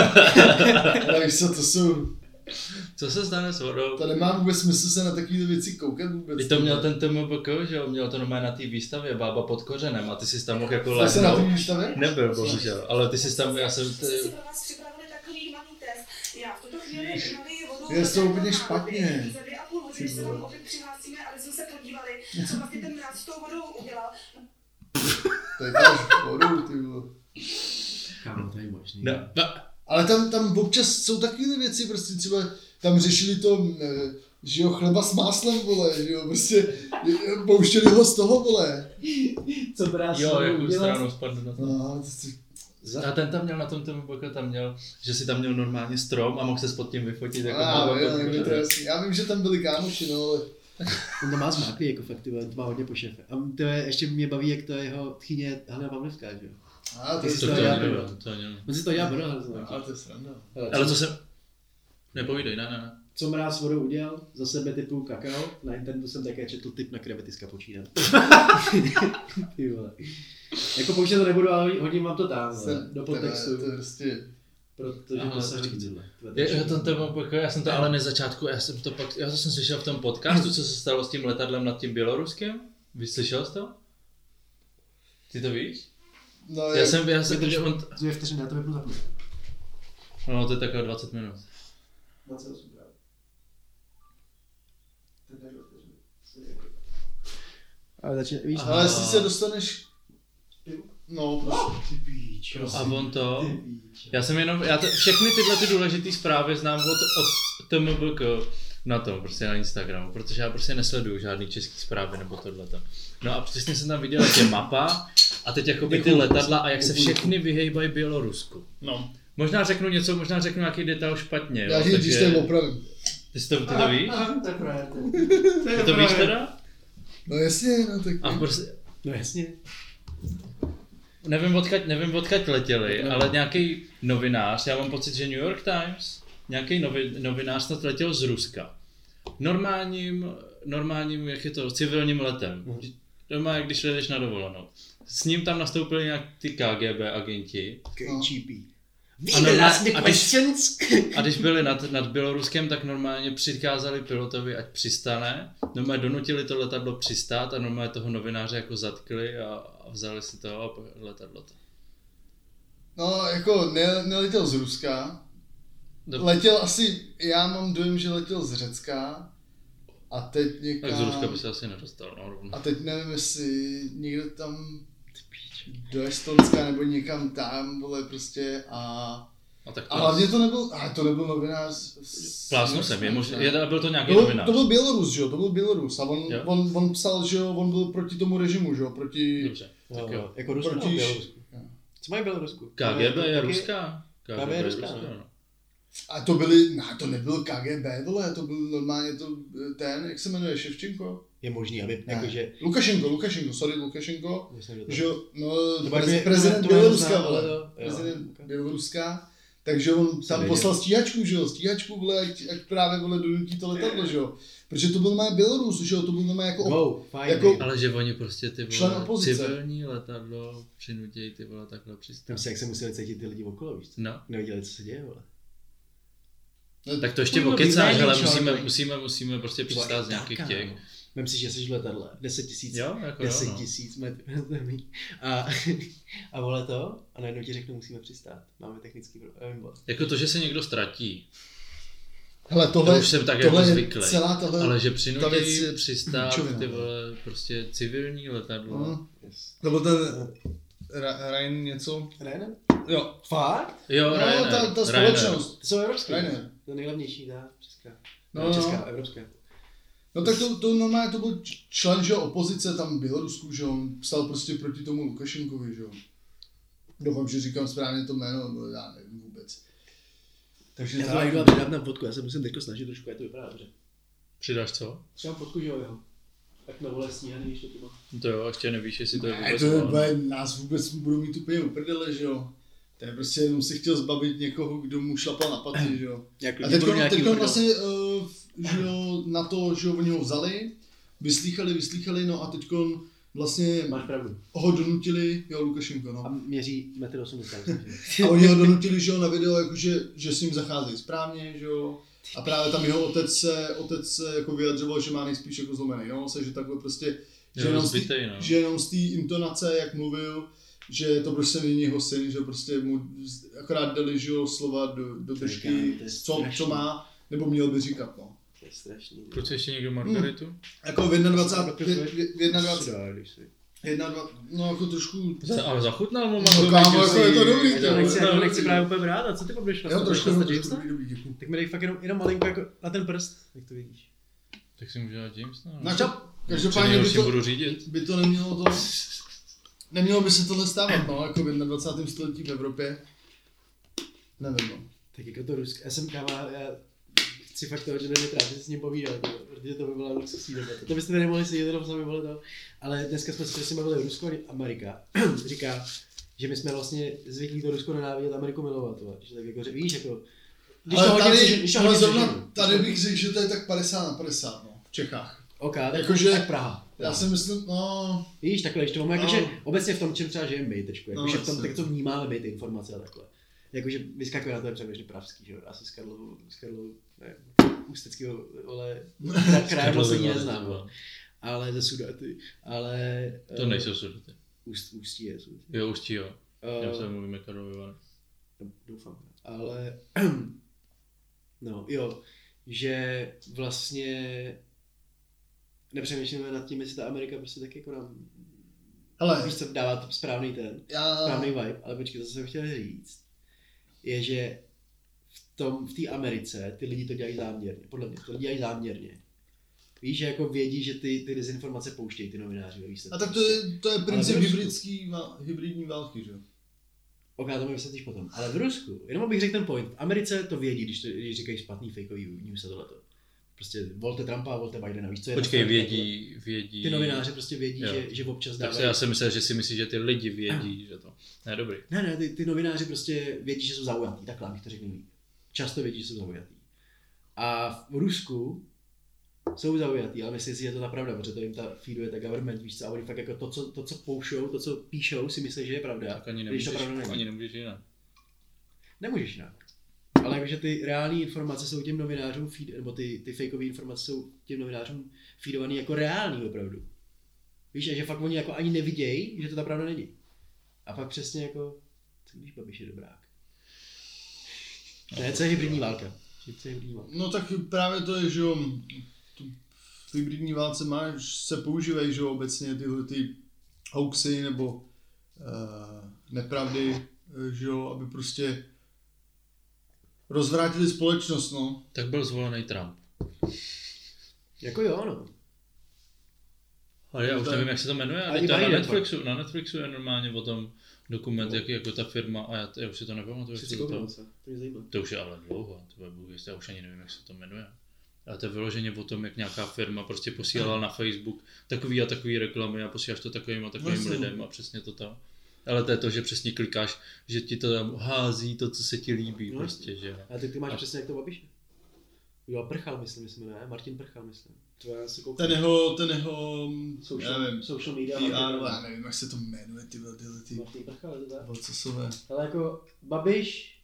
Ale víš co, to jsou... Co se stane s vodou? To nemá vůbec smysl se na takové věci koukat vůbec. Ty to měl ten TMBK, že jo? Měl to normálně na té výstavě, bába pod kořenem a ty jsi tam mohl jako lehnout. Jsi na té výstavě? Nebyl, bohužel, ale ty jsi tam, já jsem... Jsme si pro vás připravili takový malý test. Já v tuto chvíli naliju vodu... Je to úplně špatně. Za 2,5 hodiny se vám opět přihlásíme, ale jsme se podívali, co vlastně ten mráz s tou vodou udělal. To je dáš vodu, ty vole. Kámo, to je možný. Ale tam občas jsou takové věci, prostě třeba tam řešili to, že jo, chleba s máslem, vole, že jo, prostě pouštěli ho z toho, vole. Co brát jo, jakou stranu spadl na to. No, a ten tam měl na tom boku, tam měl, že si tam měl normálně strom a mohl se pod tím vyfotit jako já vím, že tam byli kámoši, no, ale... On to má zmáklý, jako fakt, to má hodně po šéfe. A to je, ještě mě baví, jak to je jeho tchýně Helena Pavlivská, že jo. To si to On si to dělá brno. Ale to je sranda. Ale co jsem... Nepovídej, ne. Co mráz s vodou udělal? Za sebe typu kakao. Na internetu jsem také četl tip na krevety z kapučína. Ty vole. Jako pouštět to nebudu, ale hodím vám to tam, do podtextu. To je prostě... protože to se říct. Já jsem to ale na začátku, já jsem to slyšel v tom podcastu, co se stalo s tím letadlem nad tím Běloruskem. Vy slyšel jsi to? Ty to víš? No, Já jsem 2 vteřiny, já to vypnu zapnout. No, to je takové 20 minut. 28 právě. Ale začíná, víš? Ale jestli se dostaneš... No, prostě. Ty píčo. A on to... Všechny tyhle ty důležité zprávy znám od TMBK na tom, prostě na Instagramu, protože já prostě nesleduju žádný český zprávy nebo tohleto. No a přesně jsem tam viděl, jak je mapa a teď jakoby ty letadla a jak se všechny vyhejbají Bělorusku. No. Možná řeknu něco, možná řeknu nějaký detail špatně. Já ti když to opravím. Ty to víš? To je právě Ty to víš teda? No jasně, no tak... A prostě... No jasně. Nevím odkud letěli, ale nějaký novinář, já mám pocit, že New York Times, nějaký novinář snad letěl z Ruska. Normálním, jak je to, civilním letem. Normálně, když jdeš na dovolenou. S ním tam nastoupili nějak ty KGB agenti. KGB. A když byli nad Běloruskem, tak normálně přikázali pilotovi, ať přistane. Normálně donutili to letadlo přistát a normálně toho novináře jako zatkli a vzali si to a letadlo to. No, jako neletěl z Ruska. Letěl asi, já mám dojem, že letěl z Řecka. A teď někam... Tak z Ruska by se asi nedostal, no rovně. A teď nevím, jestli někde tam do Estonska nebo někam tam, vole, prostě a hlavně to nebyl novinář. Plásnu jsem, byl to nějaký novinář. To byl Bělorus, že jo, to byl Bělorus a on psal, že jo, on byl proti tomu režimu, že jo, proti... Dobře, tak jo. Jako Rusko nebo Bělorusku? Co mají Bělorusku? KGB je ruská. KGB je ruská, no. A to nebyl KGB, vole, to byl normálně jak se jmenuje, Ševčenko? Je možný, aby jakože... Lukašenko, že prezident Běloruska, vole, prezident Běloruska, takže on tam poslal stíhačku, vole, ať právě, vole, donutí to letadlo, že jo. Protože to byl normálně Bělorus, že jo, to byl normálně jako... Ale že oni prostě ty vole, civilní letadlo přinutějí ty vole takhle přistát. Tam se jak se museli cítit ty lidi okolo, víš co? No. Neviděli, co se děje, vole. No, tak to ještě okecáš, ale musíme prostě přistát z nějakých těch. Vem si, že jsi v letadle, 10 000 metrů. A vole to, a najednou ti řeknu, musíme přistát. Máme technický problém. Jako to, že se někdo ztratí. Hele, tohle už jsem tak jako zvyklý. Tohle, ale že přinutí přistát ty vole, prostě civilní letadlo. To byl ten Ryan něco? Ryanair? Jo. Fakt? Jo, no, Ryanair. Ta společnost. To jsou evropské. Ryanair. To nejlevnější, ta česká. No, česká, evropská. No tak to normálně to byl člen, že opozice tam v Bělorusku, že on psal prostě proti tomu Lukašenkovi, že jo. Doufám, že říkám správně to jméno, nebo já nevím vůbec. Takže já to najdu a přidám na fotku, já se musím teďko snažit trošku, je to vypadá dobře. Přidáš co? Přidám fotku, že jo. Tak na vole sníhaný ještě to má. To jo, ještě nevíš, jestli to je vůbec. To je, nás vůbec budou mít úplně uprdele, že jo. To je prostě jenom si chtěl zbavit někoho, kdo mu šlapal na paty, že jo. A teď vlastně, že jo, na to, že jo, oni ho vzali, vyslýchali, no a teď vlastně ho donutili, jo, Lukašenko, no. A měří 1,80 m. A oni ho donutili, že jo, na video, jakože, že s ním zacházejí správně, že jo. A právě tam jeho otec se jako vyjadřoval, že má nejspíš jako zlomený nos, že takhle prostě, že jenom z té intonace, jak mluvil, že to prostě není jeho syn, že prostě mu akorát dali, že jo, slova do držky, co má, nebo měl by říkat, no. To je strašný. Proč ještě někdo Margaritu? Jako v 21, no jako trošku... Ale zachutnal mu Margaritu. No kámo, jako je to dobrý. To nechci právě úplně brát, a co ty budeš vlastně? Jo, trošku dobrý, děkuji. Tak mi dej fakt jenom malinko jako na ten prst, jak to vidíš. Tak si může dát James, no. Každopádně by to nemělo by se tohle stávat, no, jako v 21. století v Evropě. Nevím, no. Tak jako to Rusko, já chci fakt toho, že nevytrát, že se s ním povídal, protože to by byla luxusní debata. To byste tady nemohli sedět, jenom sami bylo to. Ale dneska jsme se bavili Rusko a Amerika. Říká, že my jsme vlastně zvyklí to Rusko nenávidět, Ameriku milovat. Že tak jako, víš, jako... Tady bych řekl, že to je tak 50/50, no, v Čechách. OK, jakože, tak Praha. Já si myslím, no... Víš, takhle, když to máme, jakože obecně v tom, čem třeba žijeme my teďko, jakože v tom, tak co vnímáme my ty informace a takhle. jakože vyskakuje na to přeměžně pravský, že jo, asi z Karlovou, ne, ústeckého, ale kraje poslední neznám, no. Ale ze Sudety, ale... To nejsou Sudety. Ústí je Sudety. Jo, Ústí jo. Já se mluvíme Karlovy. Doufám, ale... No, jo, že vlastně nepřemýšlíme nad tím, jestli ta Amerika prostě tak jako nám víš co, dává správný správný vibe, ale počkej, to jsem chtěl říct, je, že v té Americe ty lidi to dělají záměrně, podle mě, to dělají záměrně. Víš, že jako vědí, že ty dezinformace pouštějí ty novináři ve výsledku. A tak to je princip hybridní války, že jo? Ok, to mi vysvětlíš potom. Ale v Rusku, jenom abych řekl ten point, v Americe to vědí, když říkají špatný fakeový news a tohleto. Prostě volte Trumpa a volte Bidena, víš co je? Počkej, vědí. Ty novináři prostě vědí, že občas dávají. Tak já jsem myslel, že si myslíš, že ty lidi vědí, že to. Ne, dobrý. Ne, ty novináři prostě vědí, že jsou zaujatý, takhle abych to řekl líp. Často vědí, že jsou zaujatý. A v Rusku jsou zaujatý, ale myslím si, že je to ta pravda, protože to jim ta feeduje ta government, víš co, a oni fakt jako to, co poušou, to, co píšou, si myslí, že je pravda. Tak ani nemůžeš jinak. Nemůžeš jinak. Ale jakože ty reální informace jsou těm novinářům nebo ty fakeové informace jsou těm novinářům feedovaný jako reální opravdu. Víš, že fakt oni jako ani nevidějí, že to ta pravda není. A pak přesně jako, co když Babiš je dobrák? Ne, co je hybridní válka? No tak právě to je, že jo, v hybridní válce se používají, že jo, obecně tyhle ty hoaxy nebo nepravdy, že jo, aby prostě rozvrátili společnost, no. Tak byl zvolený Trump. Jako jo, no. Ale já už nevím, jak se to jmenuje, ale to na Netflixu je normálně o tom dokument, jak jako ta firma, a já už si to nepamatuju, to už je ale dlouho, já už ani nevím, jak se to jmenuje. Ale to je vyloženě o tom, jak nějaká firma prostě posílala na Facebook takový a takový reklamy a posíláš to takovým a takovým lidem a přesně to tam. Ale to je to, že přesně klikáš, že ti to tam hází to, co se ti líbí, no, prostě, že. A ty máš přesně jak to Babiše. Jo, Prchal, myslím, ne? Martin Prchal, myslím. Ten jeho social media. Já nevím, jak se to jmenuje, ty. Martin Prchal, je to tak? Co jsou? Ale jako Babiš...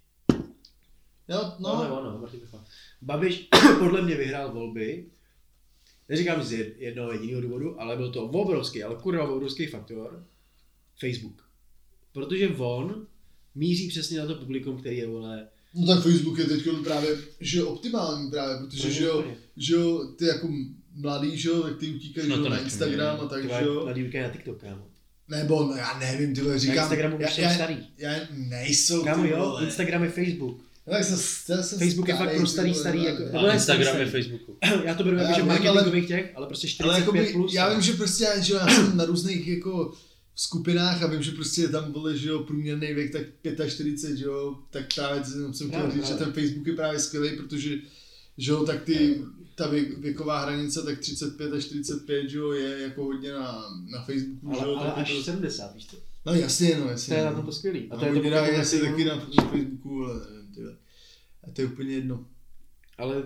Jo, no, Martin Prchal. Babiš podle mě vyhrál volby. Neříkám z jednoho jediného důvodu, ale byl to obrovský, ale kurva obrovský faktor. Facebook. Protože on míří přesně na to publikum, který je, vole... No tak Facebook je teď právě, že je optimální právě, protože že jo, ty jako mladý, že jo, tak ty utíkají na Instagram a tak, že jo. Mladý utíkají na TikTok, kámo. Nebo, no já nevím, ty říkám... Na Instagramu už jsou starý. Já nejsou, kámo, jo, Instagram je Facebook. No, tak Facebook je fakt pro starý jako... A Instagram je Facebooku. Já to beru jako, že marketingových těch, ale prostě 45 plus. Já vím, že prostě, že já jsem na různých jako skupinách a vím, že prostě tam bylo, že jo, průměrný věk tak 45, že jo, tak právě jsem chtěl říct, že ten Facebook je právě skvělý, protože, že jo, tak ta věková hranice tak 35 až 45, že jo, je jako hodně na Facebooku, že jo. Ale až 70, víš to? No jasně. To je na tom to skvělý. A to je to asi taky na Facebooku, ale nevím, tyhle. A to je úplně jedno. Ale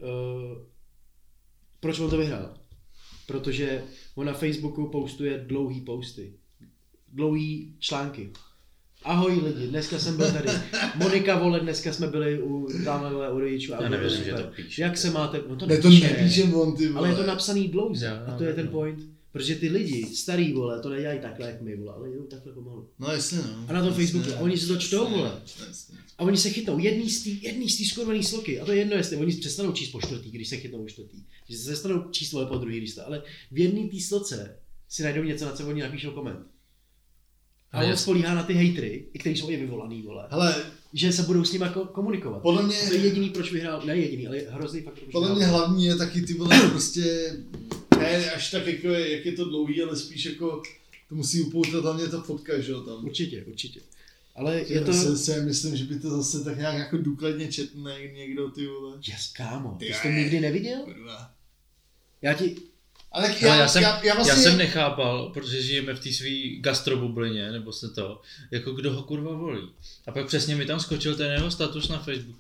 proč on to vyhrál? Protože on na Facebooku postuje dlouhý posty. Dlouhý články. Ahoj lidi, dneska jsem byl tady. Monika, vole, dneska jsme byli u rodičů. Já nevím, že to píše. Jak se máte? No to nepíše on, ty vole. Ale je to napsaný dlouze. A to je ten point. Protože ty lidi, starý, vole, to nedělají takhle, jak my, vole, ale jdou takhle pomalu. No jasně, no. A na tom Facebooku, a oni si to čtou, vole. A oni se chytnou jedný z té skurvený sloky. A to je jedno, jestli oni přestanou číst po čtvrtý, když se chytnou po čtvrtý. Že se přestanou číst, vole, po druhý, ale v jedné té sloce si najdou něco, na co oni napíšou koment. A on spolíhá na ty hejtry, i kteří jsou i vyvolaný, vole. Hele, že se budou s nimi komunikovat. Podle mě... To je jediný, proč vyhrál, ne jediný, ale hrozný faktor. Podle mě hlavní je taky ty vole prostě, ne až tak jako jak je to dlouhý, ale spíš jako to musí upoutat hlavně ta fotka, že jo tam. Určitě. Ale je to... Si myslím, že by to zase tak nějak jako důkladně četne někdo, ty vole. Yes, kámo, ty jsi to nikdy neviděl? Kurva. Ale já jsem nechápal, protože žijeme v té svý gastrobublině, nebo se to, jako kdo ho kurva volí. A pak přesně mi tam skočil ten jeho status na Facebooku,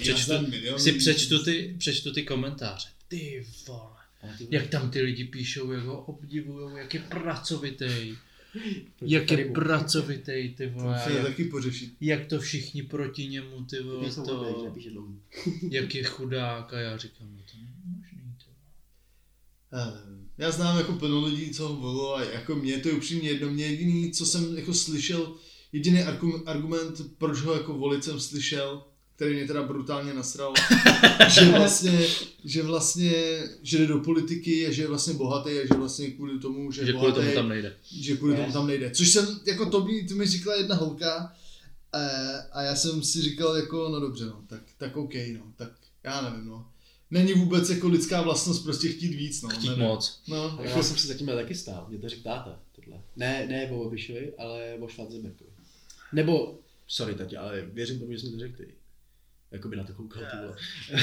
přečtu ty komentáře. Ty vole, jak tam ty lidi píšou, jak ho obdivujou, jak je pracovitý. Jak je pracovitej, ty vole. To je taky pořešit. Jak to všichni proti němu, ty vole, to... Jak je chudák a já říkám, no to není možný, ty vole. Já znám jako plno lidí, co ho volilo a jako mě to je upřímně jedno. Mě jediný, co jsem jako slyšel, jediný argument, proč ho jako volit jsem slyšel, který mě teda brutálně nasral, že jde do politiky a že je vlastně bohatý a že vlastně kvůli tomu, že kvůli tomu tam nejde. Že kvůli tomu tam nejde. Což jsem, jako to mi říkala jedna holka a já jsem si říkal jako, no dobře, no, tak OK, no, tak já nevím, no. Není vůbec jako lidská vlastnost prostě chtít víc, no. Chtít moc. No, já jsem si zatím taky stál, mě to řekl táta, tohle. Ne o Babišovi, ale o Schwarzenbergovi. Nebo, sorry tati, ale věřím tomu, že jsi mi to řekl ty. Jakoby na to koukal, ty vole.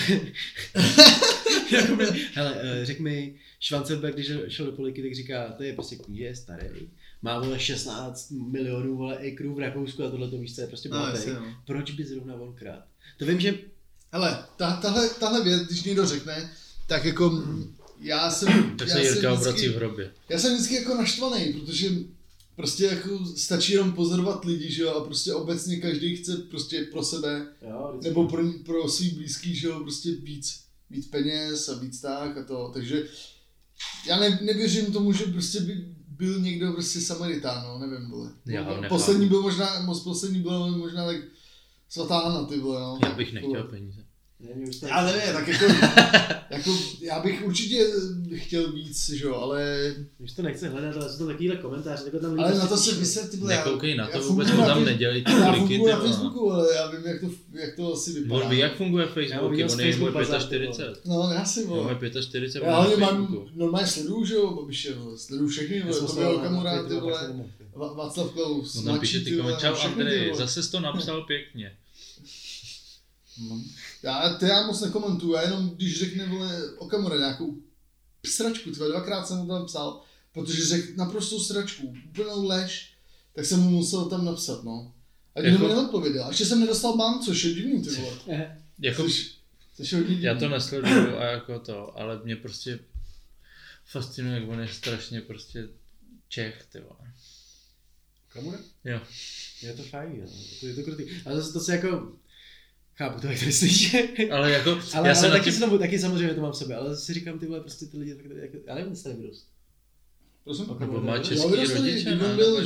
Hele, řekl mi, Schwarzenberg, když šel do politiky, tak říká, to je prostě kníže, starý. Má vole 16 milionů vole acreů v Rakousku a tohle to víš, co je prostě bohatý. Proč by zrovna on krát? To vím, že... Hele, tahle věc, když někdo řekne, tak jako já jsem... Tak se Jirka obrací v hrobě. Já jsem vždycky jako naštvaný, protože prostě jako stačí jenom pozorovat lidi, že jo, a prostě obecně každý chce prostě pro sebe, jo, nebo pro svý blízký, že jo, prostě víc peněz a víc tak a to, takže já nevěřím tomu, že prostě by byl někdo prostě Samaritán, no, nevím, vole. Poslední byl možná tak svatá Anna, ty vole, no. Já bych nechtěl peníze. Já nevím, tak jako já bych určitě chtěl víc, že jo, ale... Když to nechce hledat, ale jsou to takovýhle komentáře, tak tam... Ale na to se vyser, ty vole, nekoukej na to, vůbec mu tam nedělej ty kliky, ty vole. Já funguji na Facebooku, ale já vím, jak to asi vypadá. On ví, jak funguje Facebook, on je můj 45. No, já si, vole. Já mám 45 já hlavně mám, normálně sleduju, že jo, Babiše, vole, sleduju všechny, vole, Tomio Okamura, ty vole, Václav Klaus, on napíše ty komentáře, čau Andrej, zase jsi to napsal pěkně. Já moc nekomentuju, já jenom když řekne, vole, Okamura nějakou sračku, tyhle, dvakrát jsem mu tam psal, protože řekl naprostou sračku, úplnou lež, tak jsem mu musel tam napsat, no. A nikdo mi neodpověděl, a ještě jsem nedostal ban, což je divný, ty vole. Což je divný. Já to nesleduju a jako to, ale mě prostě fascinuje, jak on je strašně prostě Čech, ty vole. Okamura? Jo. Je to fajn, jo. Je to krutý. Ale zase to se jako... Chápu to, jak to myslíš. Ale jako... já jsem taky samozřejmě to mám v sobě, ale si říkám ty vole, prostě ty lidi, jako, já nevím, jestli nevyrost. Prosím? Nebo má český rodiče,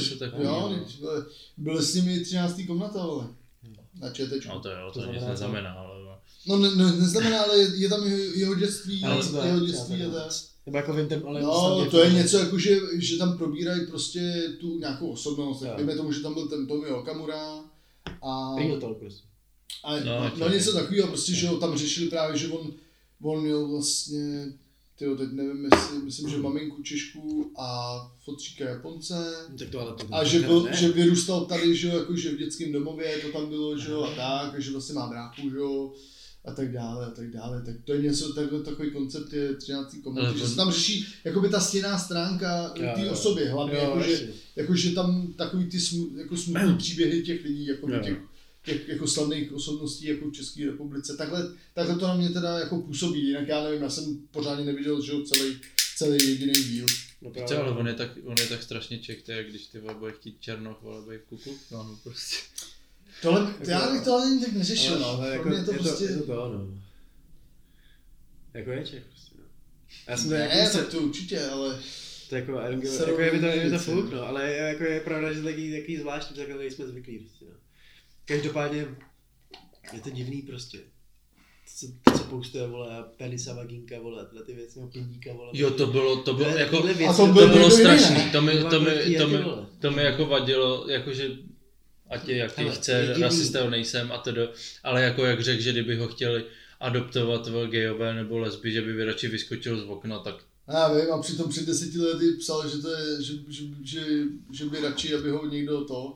byl s nimi 13. komnata, vole. Na ČTčku. No to jo, to nic neznamená, ale... No neznamená, ale je tam jeho dětství, a tak. Nebo jako vím ten, ale... No, to je něco jako, že tam probírají prostě tu nějakou osobnost. Víme tomu, že tam byl ten Tomio Okamura a... Real talk prostě. No něco takového, prostě, že tam řešili právě, že on měl vlastně, teď nevím, myslím, že maminku Češku a fotříka Japonce. A že vyrůstal tady, že jakože v dětském domově, to tam bylo, že a tak, a že vlastně má bráchu, že a tak dále. Tak to je něco, takový koncept je 13. komunity, že se tam řeší jakoby ta stěnná stránka té osoby, hlavně, jakože tam takový ty smutný příběhy těch lidí, těch jako slavných osobností jako v České republice. Takhle to na mě teda jako působí, jinak já nevím, já jsem pořádně neviděl, že celý jediný díl. No ale on je tak strašně Čech, to je, když ty bude chtít Černoch, ale bude v Kuku, no prostě. Já bych to ale ani tak neřešil, no, jako je to prostě... Je to no. Jako je Čech prostě, no. Já jsem tak to určitě, ale... To jako je to fuk, no, ale jako je pravda, že taky zvláštní, takhle nejsme zvyklí prostě, no. Každopádně je to divný prostě. To, co postuje, vole, penisa, vagínka, vole, tyhle ty věci, nebo pindíka, vole. Jo, to bylo jako, to bylo strašný, to mi jako vadilo, jakože ať je jaký chce, rasista nejsem a tedy, ale jako jak řekl, že kdyby ho chtěli adoptovat gejové nebo lesby, že by radši vyskočil z okna, tak... Já vím, a přitom před 10 lety psal, že to je, že by radši, aby ho někdo to...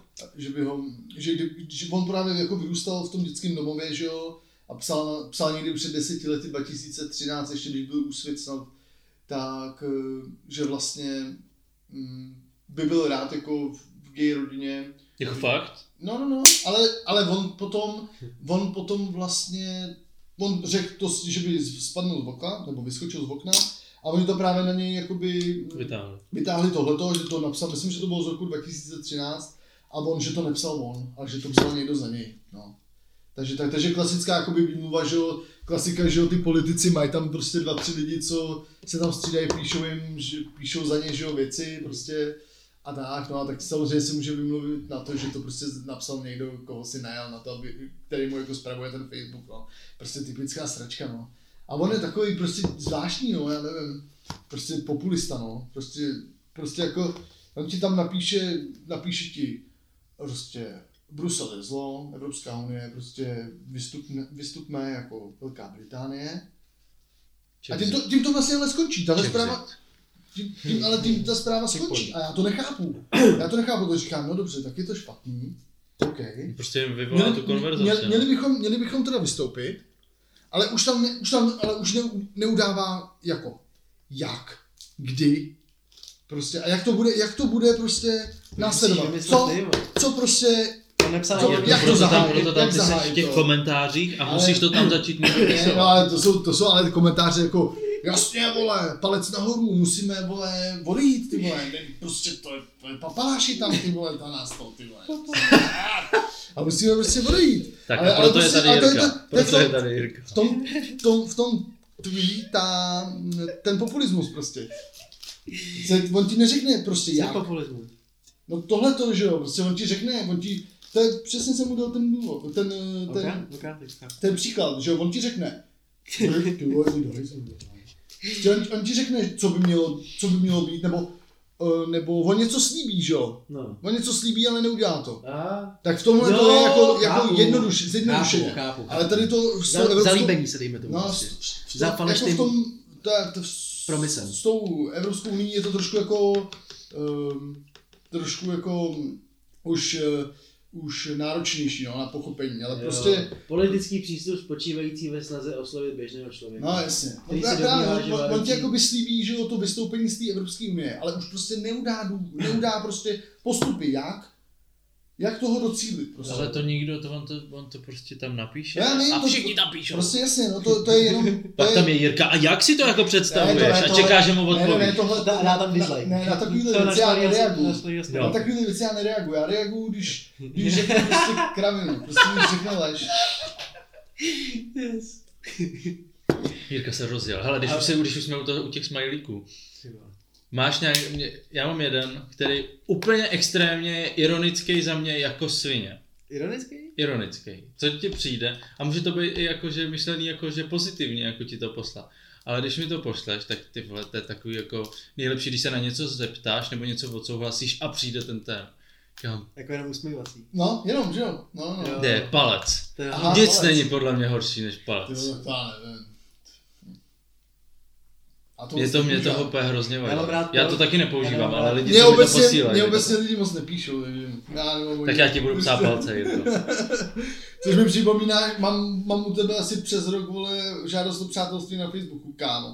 Že on právě jako vyrůstal v tom dětském domově, že jo, a psal někdy před 10 lety, 2013, ještě když byl Úsvit snad, tak, že vlastně by byl rád jako v gay rodině. Jako fakt? No, ale on potom vlastně, on řekl to, že by spadnul z okna, nebo vyskočil z okna, oni to právě na něj jakoby vytáhli tohleto, že to napsal, myslím, že to bylo z roku 2013, a on, že to nepsal on, ale že to psal někdo za něj, no. Takže klasická jakoby výmluva, že jo, klasika, že jo, ty politici mají tam prostě 2-3 lidi, co se tam střídají, píšou za ně, že jo, věci, prostě a tak, no a tak samozřejmě si může vymluvit na to, že to prostě napsal někdo, koho si najal na to, který mu jako spravuje ten Facebook, no. Prostě typická sračka, no. A on je takový prostě zvláštní, no, já nevím, prostě populista, no, prostě jako, on ti tam napíše ti prostě Brusel je zlo, Evropská unie, prostě vystupme jako Velká Británie. A tím to vlastně ale skončí, tahle zpráva, tím ta zpráva skončí a já to nechápu, to říkám, no dobře, tak je to špatný, OK. Prostě vyvolá tu konverzaci. Měli bychom teda vystoupit, ale už neudává jako jak, kdy, prostě a jak to bude prostě následovat, co prostě, jak to zahájit v těch komentářích a musíš to tam začít mít. No ale to jsou ale komentáře jako jasně vole, palec nahoru, musíme vole odejít ty vole, prostě to je papaláši tam ty vole, ta nás to ty vole. A musíme prostě odejít. Tak ale proto je tady Jirka. V tom tví ten populismus prostě. On ti neřekne prostě jak. Populismus? No tohleto, že jo, prostě on ti řekne, to je přesně jsem mu dal ten důvod, ten příklad, že jo, on ti řekne, on ti řekne, co by mělo být, nebo on něco slíbí, že jo, on něco slíbí, ale neudělá to. Tak v tomhle to je jako zjednodušeně, ale tady to zalíbení se dejme tomu. No, jako v tom, s tou Evropskou unii je to trošku jako už náročnější, no, na pochopení, ale prostě... Politický přístup spočívající ve snaze oslovit běžného člověka. No jasně. On ti jakoby slíbí, že jo, to vystoupení z té Evropské unie, ale už prostě neudá prostě postupy, jak toho docílit. Prostě. Ale to nikdo, on to prostě tam napíše a všichni tam píšou. Prostě jasně, no to je jenom... Pak tam je Jirka, a jak si to jako představuješ? A čeká, že mu odpoví. Ne, tohle dá tam dislike. Ne, na takovýhle věci já nereaguju. Na takovýhle věci já nereaguju. Já reaguju, když řekne prostě kravinu. Prostě když řekne lež. Yes. Jirka se rozjel. Hele, když už jsme u těch smajlíků. Máš já mám jeden, který úplně extrémně je ironický za mě jako svině. Ironický. Co ti přijde? A může to být i jakože myšlený jakože pozitivně, jako ti to poslal. Ale když mi to pošleš, tak ty vole, to je takový jako nejlepší, když se na něco zeptáš nebo něco odsouhlasíš a přijde ten ten. Jako jenom usmívací. No, jenom, že jo? No. Je palec. Nic není podle mě horší než palec. Jo, to já nevím. Mě toho úplně hrozně vadí. Já to taky nepoužívám, ale lidi mě mi to posílají. Mě obecně lidi moc nepíšou, takže tak já ti budu psát palce, Jirko. Což mi připomíná, mám u tebe asi přes rok, vole, žádost o přátelství na Facebooku, kámo.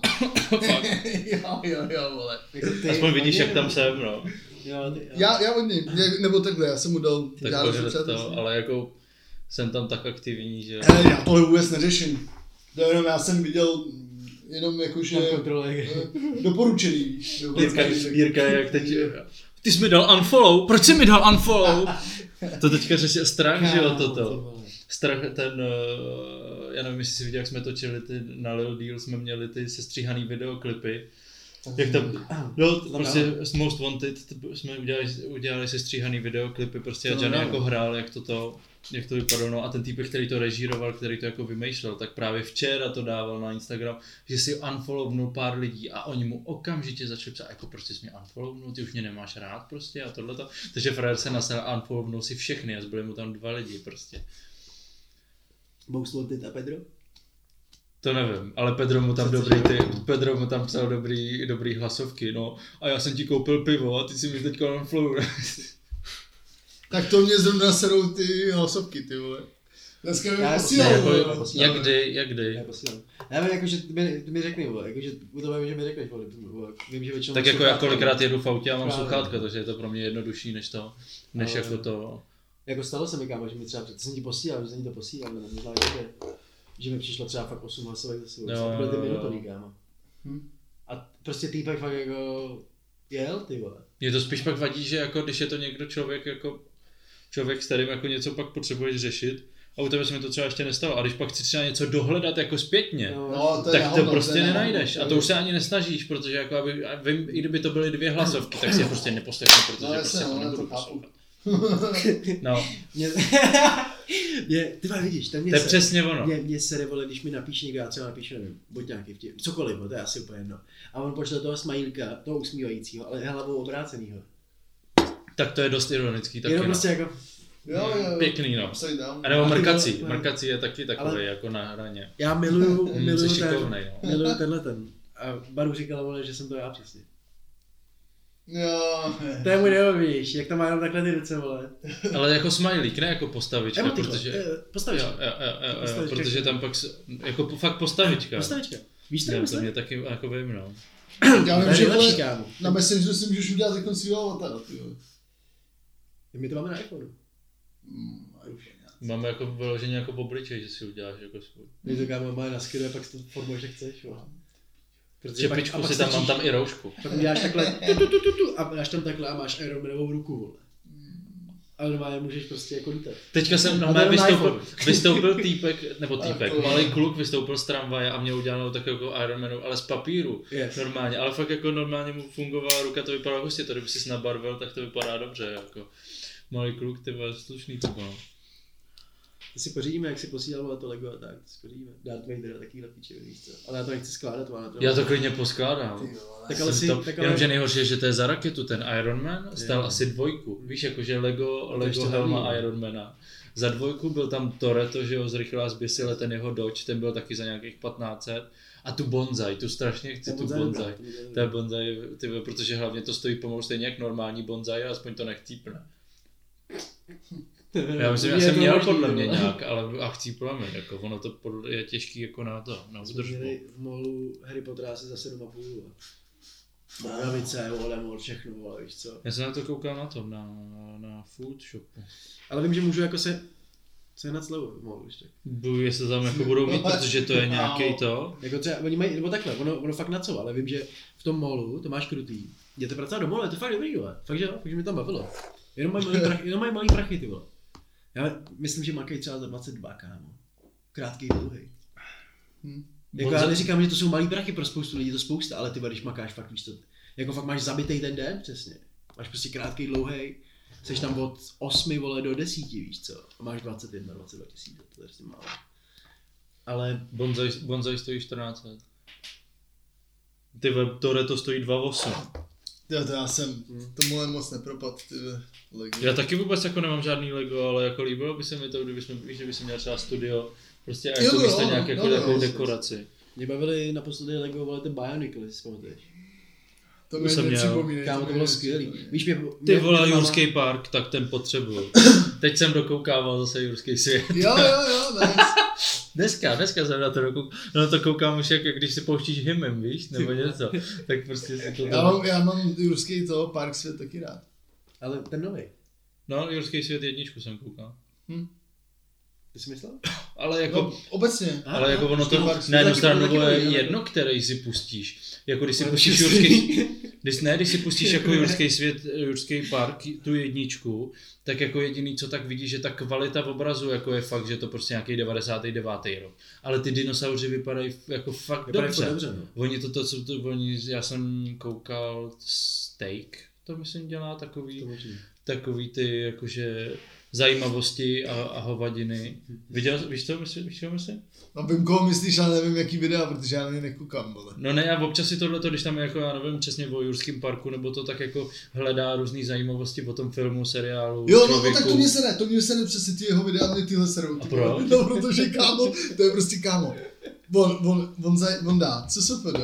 jo, vole. Aspoň vidíš, jak tam jsem, no. Já od něj, nebo takhle, já jsem mu dal žádost o přátelství. Ale jako jsem tam tak aktivní, že... Já tohle vůbec neřeším. To jenom já jsem viděl jenom jakože doporučený, víš. Jirka jak teď, ty jsi mi dal unfollow, proč jsi mi dal unfollow? To teďka řeší strach, že jo, toto. Strach já nevím, jestli jsi viděl, jak jsme točili na Lil Deal, jsme měli ty sestříhaný videoklipy. Jak tam, prostě s Most Wanted jsme udělali sestříhaný videoklipy, prostě a Johnny jako hrál, jak to vypadalo, no a ten týpek, který to režíroval, který to jako vymýšlel, tak právě včera to dával na Instagram, že si unfollownul pár lidí a oni mu okamžitě začali psát, jako prostě jsi mě unfollownul, ty už mě nemáš rád prostě a tohleto, takže frajer se nasel a unfollownul si všechny a zbyli mu tam 2 lidi prostě. Most Wanted a Pedro? To nevím, ale Pedro mu tam psal dobrý hlasovky, no a já jsem ti koupil pivo a ty si mi teďka unfollownul. Tak to mě zrovna serou ty hlasovky, ty vole. Dneska mi posílal. Jak kdy? Já posílám. Já vím, jakože ty mi řekni, vole, jakože to vím, že mi řekneš, vole, vím, že většinou... Tak jako já kolikrát jedu v autě a mám sluchátka, takže je to pro mě jednodušší než jako to... Jako stalo se mi, kámo, že mi třeba, to jsem ti posílal, že jsem ti to posílal, nebo možná že mi přišlo třeba fakt 8 hlasovek za sebou, to byly ty minutový, kámo. A prostě týpek fakt jako jel, ty vole. Mě to spíš pak vadí, že jako když je to někdo člověk, s kterým jako něco pak potřebuješ řešit, a u tebe se mi to třeba ještě nestalo. A když pak chceš třeba něco dohledat jako zpětně, tak to prostě nenajdeš. A to už se ani nesnažíš, protože jako vím, i kdyby to byly 2 hlasovky, tak si je prostě neposlechnu, protože prostě to nebudu poslouchat. No. Ty máš vidíš, to je přesně ono. Mě sere, vole, když mi napíše někdo, já třeba napíšu, nevím, buď nějaký vtip, cokoliv, to je asi úplně jedno. A on pošle toho smajlíka, toho usmívajícího, ale hlavou obrácenýho. Tak to je dost ironický taky. Jenom prostě jako... Jo. Pěkný, no. A nebo mrkací. Mrkací je taky takový jako na hraně. Já miluju tenhle ten. A Baru říkala, vole, že jsem to já přesně. Jo. To je můj neovíš, jak tam má jenom takhle ty ruce, vole. Ale jako smajlík, ne jako postavička, protože... Postavička. Jo, protože tam pak jako fakt postavička. Postavička. Víš to, to mě taky jako vím, no. Já vím, že na Messengeru si můžeš udělat jako svýho avatara, tyjo. My to máme na iPhoneu. Máme jako vyloženě jako obličej, že si uděláš jako svůj. My to kámo máme na Skidu, pak si to formuješ, jak chceš, jo. Čepičku si tam, mám tam i roušku. Pak uděláš takhle a dáš tam takhle a máš Ironmanovou ruku, vole. Ale normálně můžeš prostě jako lítat. Teďka jsem vystoupil týpek, malý kluk vystoupil z tramvaje a měl udělanou tak jako Ironmanu, ale z papíru. Yes. Normálně, ale fakt jako normálně mu fungovala ruka, to vypadalo hustě, to kdyby jsi nabarvil, tak to vypadá dobře, jako. Malý kluk, ty vole, slušný to bylo. To si pořídíme, jak si posílal to Lego a tak, to si pořídíme. Darth Vader a takovýhle píče, víš co. Ale já to nechci skládat, já to klidně poskládám. Tak ale si... Jenomže nejhorší je, že to je za raketu, ten Iron Man stál asi 2. Víš, jakože Lego helma Iron Mana. Za 2 byl tam Toretto, že jo, zrychlá zběsile, ten jeho Dodge, ten byl taky za nějakých 1500. A tu bonsai, tu strašně chci, tu bonsai. To je bonsai, protože hlavně to stojí pomalu stejně jak normální bonsai, aspoň to nechcípne. Já myslím, že jsem měl podle mě nějak, ale a chcípla mi, jako ono to je těžký jako na to, na udržbu. Měli v molu Harry Pottera asi za 7,5. Mravice, Voldemort, všechno, vole, víš co. Já jsem na to koukal na tom, na food shopu. Ale vím, že můžu jako se na slevu v molu, víš tak. Jestli tam jako budou mít, protože to je nějaký to. Jako třeba, oni mají, nebo takhle, ono fakt na co, ale vím, že v tom molu to máš krutý. Jděte pracovat do molu, je to fakt dobrý, vole. Fakt, že mi tam bavilo. Jenom mají malý prachy, ty vole. Já myslím, že makají třeba za 22, kámo. Krátký, dlouhej. Jako já neříkám, že to jsou malý prachy pro spoustu lidí, to spousta, ale ty když makáš fakt, víš co, jako fakt máš zabitej ten den, přesně. Máš prostě krátký, dlouhej, jsi tam od 8 vole do 10, víš co, a máš 21, 22 tisíc, to je prostě málo. Ale... Bonsai stojí 14 let. Ty Toretto stojí 2,8. To já jsem tomuhle moc nepropad, ty Lego. Já taky vůbec jako nemám žádný Lego, ale jako líbilo by se mi to, kdyby jsem měl třeba studio, prostě a jako místo nějakou dekoraci. Mě bavili naposledy Lego, vole, ten Bionicle, jestli si pamatuješ. To mi nepřipomínej. Kámo, to bylo skvělý. Víš, ty vole, Jurský park, tak ten potřebuju. Teď jsem dokoukával zase Jurský svět. Jo, nice. Dneska jsem na to dokoukal. No to koukám už jak když si pouštíš hymnem, víš, nebo něco. Tak prostě si to... Já mám Jurský park svět taky rád. Ale ten nový. No, Jurský svět 1 jsem koukal. Ty jsi myslel? Ale jako... Obecně. Ale jako ono to na jednu stranu je jedno, který si pustíš. Jako když si pustíš Jurský... Když si pustíš jako Jurský svět, Jurský park, tu 1, tak jako jediný, co tak vidíš, že ta kvalita v obrazu jako je fakt, že to prostě nějaký 99. rok. Ale ty dinosauři vypadají jako fakt dobře. No. Oni já jsem koukal Steak, to myslím dělá takový ty jakože zajímavosti a hovadiny. Víš co myslím? No vím, koho myslíš, ale nevím, jaký videa, protože já na ně nekoukám, vole. No ne, já občas si tohleto, když tam je jako, já nevím, přesně o Jurském parku, nebo to tak jako hledá různý zajímavosti o tom filmu, seriálu, jo, no tak to mě se ne přesně ty jeho videa, mě tyhle serou. A proč? No, protože kámo, to je prostě kámo. On dá CSFD,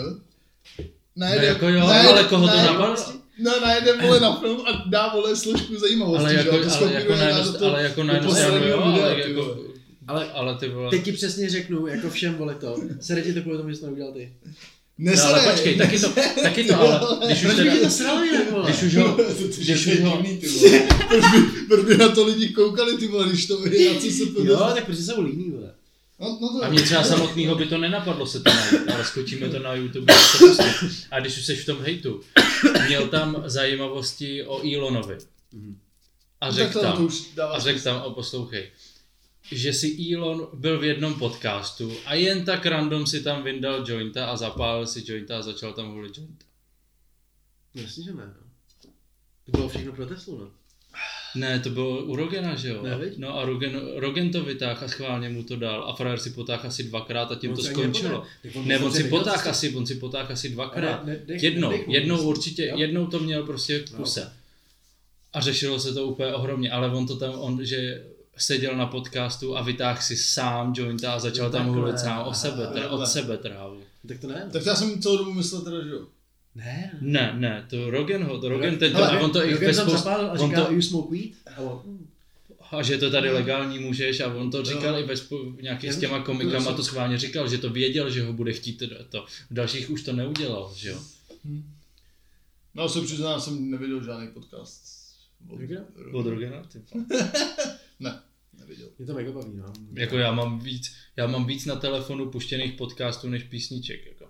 ale koho to napadlo? No, najde vole na film a dá vole složku zajímavosti, ale jako na jednu stranu jo, ale ty vole. Teď ti přesně řeknu, jako všem vole to, sere ti to kvůli tomu, že jsi to neudělal ty. No, ale počkej, taky to, ale když už teda... to srali, jak vole. Když už ho... Proč by na to lidi koukali, ty vole, když to vyjde na CSFD? Jo, tak protože jsou líní, vole. to A mě třeba samotného by to nenapadlo se to najít, ale skočíme to na YouTube a to pustit. A když už seš v tom hejtu, měl tam zajímavosti o Elonovi. A řekl tam, poslouchej, že si Elon byl v jednom podcastu a jen tak random si tam vyndal jointa a zapálil si jointa a začal tam hulit jointa. Jasně, že ne, no. To bylo všechno pro Teslu, no. Ne, to bylo u Rogena, že jo? Ne, no a Rogen to vytáhl a schválně mu to dal a frajer si potáhl asi 2krát a tím to skončilo. On si potáhl asi 2krát. Jednou určitě, jednou to měl prostě v kuse. A řešilo se to úplně ohromně, ale on to tam, že seděl na podcastu a vytáhl si sám jointa a začal tam hulit sám od sebe trávu. Tak to ne. Tak já jsem celou dobu myslel teda, že jo. Ne, to Rogen ten hele, a on to i ve zapálil a říkal, you smoke weed? A že to tady legální můžeš a on to říkal i nějakých s těma komikama, to schválně říkal, že to věděl, že ho bude chtít to. V dalších už to neudělal, že jo. No se přiznám, jsem neviděl žádný podcast. Od Rogena? Ne, neviděl. Mě to mega baví, no. Jako já mám víc na telefonu puštěných podcastů než písniček, jako.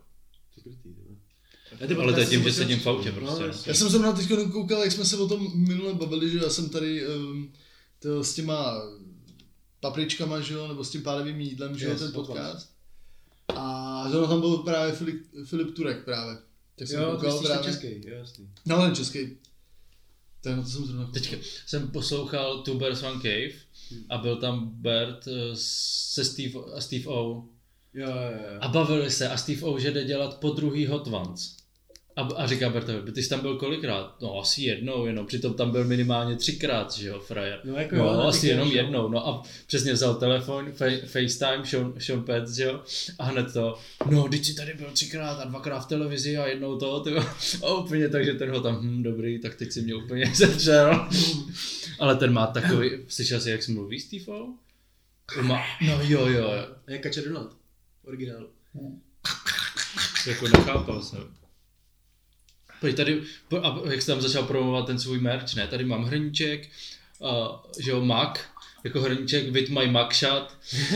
Ale to je tím, že sedím v autě prostě. No. Já jsem na teďka koukal, jak jsme se o tom minule bavili, že já jsem tady s těma papričkama, že jo, nebo s tím pálivým jídlem, že jo, ten podcast. A že tam byl právě Filip Turek právě. Tak jsem koukal právě. Český, jasný. No, ale český. Tak na to jsem zrovna koukal. Teďka jsem poslouchal Two Bears One Cave a byl tam Bert se Steve O. Jo. A bavili se a Steve O, že jde dělat po druhý Hot Ones. A říká Bertovi, ty jsi tam byl kolikrát? No asi jednou jenom, přitom tam byl minimálně 3krát, že jo, frajer. No asi jenom jednou, no a přesně vzal telefon, FaceTime, Sean Petz, že jo, a hned to, no teď jsi tady byl 3krát a 2krát v televizi a jednou to, tyjo. A úplně takže ten ho tam, dobrý, tak teď si mě úplně zatřel. Ale ten má takový, slyšel jsi, jak se mluví Steve O? No jo. Jak Kačer Donald, originál. Jako nechápal jsem. Pojď tady, jak jsi tam začal promovat ten svůj merch, ne? Tady mám hrníček, že jo, Mac, jako hrníček with my mugshot.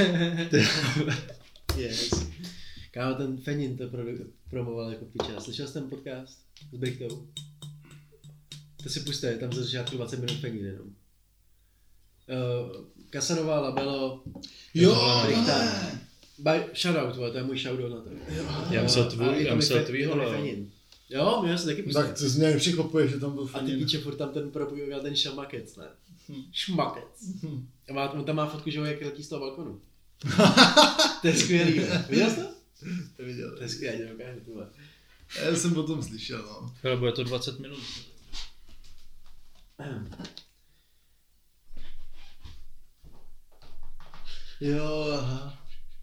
Yes. Kámo, ten Fenin to promoval jako piča. Slyšel jsi ten podcast s Brichtou? To si puste, tam za začátku 20 minut Fenin jenom. Casanova, Labello, Brichta. Shoutout, to je můj shoutout na to. Já myslel tvýho. Jo, my se taky pustili. Tak to z něj překvapuje, že tam byl Fenin. A ty píče, furt tam ten propojil ten šmakec, ne? Šmakec. A on tam má fotku, že ho jak letí z toho balkonu. To je skvělý, ne? Viděl jsi to? To viděl. To je skvělý, já dokážu tohle. Já jsem o tom slyšel, no. Ale bude to 20 minut. Jo, aha.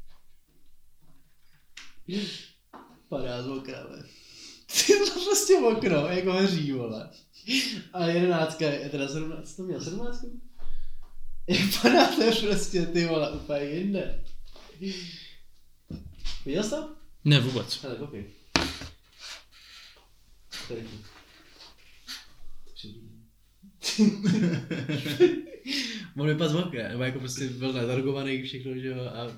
Padá z okna, ve. Ty to prostě okno, jako hoří, vole. A 11, teda 17, to měl 17? Jak padáte prostě, ty vole, úplně jinde. Viděl jsi to? Ne, vůbec. Ale koukej. Tady. On vypadl z okna, nebo jako prostě byl natargovaný všechno, že jo, a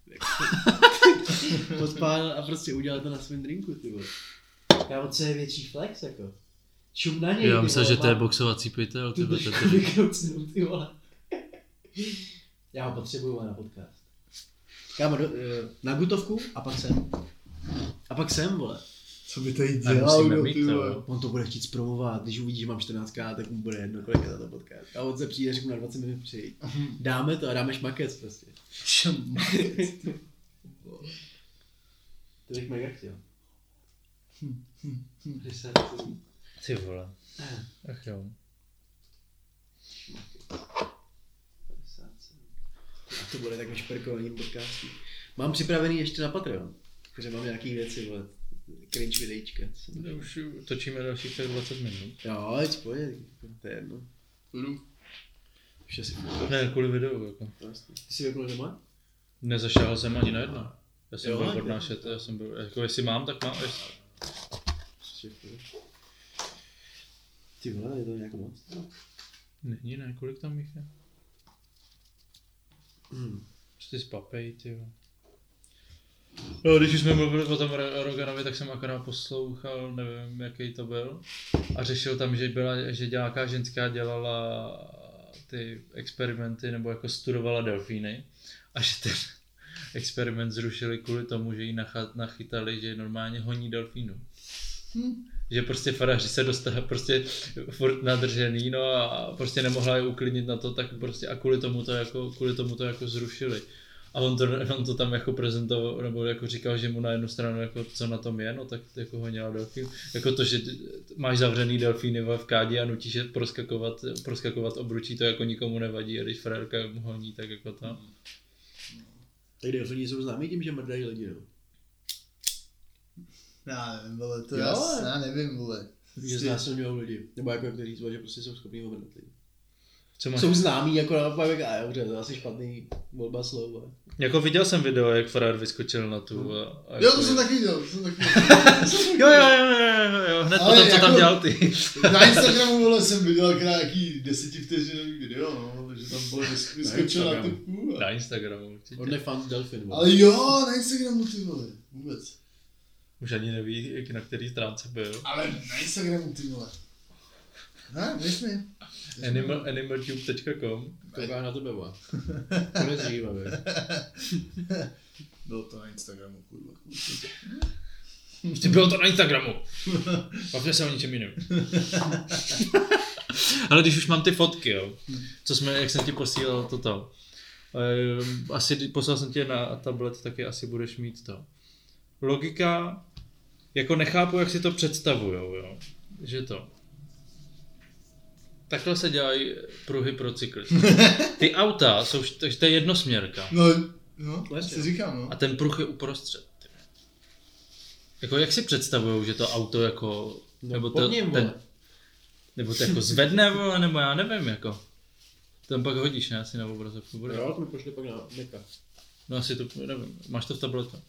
podpálil a prostě udělal to na svém drinku, ty vole. Kámo, co je větší flex, jako? Šum na něj, já myslel, že to je boxovací pytel, ty vole. Ty vole. Já ho potřebuju na podcast. Kámo, na gutovku a pak sem. A pak sem, vole. Co by tady dělal, ty vole. On to bude chtít zpromovat, když uvidí, že mám 14k, tak mu bude jedno, kolik je za to podcast. A on se přijde, řeknu na 20 minut přijít. Dáme to a dáme šmakec prostě. Šmakec. To bych mega chtěl. Ty vole. Ach jo. A to bude tak vyšperkovaný podcastu. Mám připravený ještě na Patreon. Takže mám nějaký věci, vole. Cringe videjčka. Už točíme dalších 20 minut. Jo, ať pojď, to je jedno. Už asi ne, kvůli videu, jako. Ty jsi vypnul doma? Nezašel jsem ani na jedno. Já jsem byl odnášet, já jsem byl, jako jestli mám, tak mám. Ty vole, je to nějak moc? Není, ne, kolik tam jich je? Ty spapej, tyjo. No, když už jsme mluvili o tom Roganovi, tak jsem akorát poslouchal, nevím, jaký to byl. A řešil tam, že nějaká ženská dělala ty experimenty, nebo jako studovala delfíny. A že ten experiment zrušili kvůli tomu, že ji nachytali, že normálně honí delfínu. Že prostě faráři se dostali prostě furt nadržený, no a prostě nemohla je uklidnit na to, tak prostě a kvůli tomu to jako zrušili. A on to tam jako prezentoval, nebo jako říkal, že mu na jednu stranu jako co na tom je, no tak jako honila delfín. Jako to, že máš zavřený delfíny v kádi a nutíš je proskakovat obručí, to jako nikomu nevadí, a když frérka mu honí, tak jako to. Tak delfíni jsou známí tím, že mrdají lidi, no. Já nevím, vole, to Jo, já nevím, vole. Že znásilňujou lidi, nebo jako kteří říct, že prostě jsou schopní omrdat lidi. Co máš? Jsou známí jako naopak, a dobře, to je asi špatný volba slov, ale... Jako viděl jsem video, jak Farar vyskočil na tu a Jo, to jsem taky viděl, Jo, hned ale potom, co tam jako- dělal ty. Na Instagramu, vole, jsem viděl nějaký 10vteřinový video, no, že tam bylo vyskočil na typku. Na Instagramu určitě. OnlyFans delfin, vole. Ale jo, na Instagramu ty vole, vůbec. Už ani neví, na který stránce byl. Ale na Instagramu ty vole. Nejsme. Animaltube.com. Kouká na tebe, vole. To je zajímavé. Bylo to na Instagramu, kurva. Bylo to na Instagramu. Bavte se o ničem jiném. Ale když už mám ty fotky, jo, jak jsem ti posílal toto. Asi poslal jsem tě na tablet, taky asi budeš mít to. Logika, jako nechápu, jak si to představujou, jo, že to. Takhle se dělají pruhy pro cyklisty. Ty auta jsou, to je jednosměrka. No, si říkám, no. A ten pruh je uprostřed. Jako jak si představujou, že to auto jako, nebo to jako zvedne, vole, nebo já nevím, jako. Tam pak hodíš, ne, asi na obrazovku bude. Jo, to mi pošli pak na Meka. No asi to, nevím, máš to v tabletu.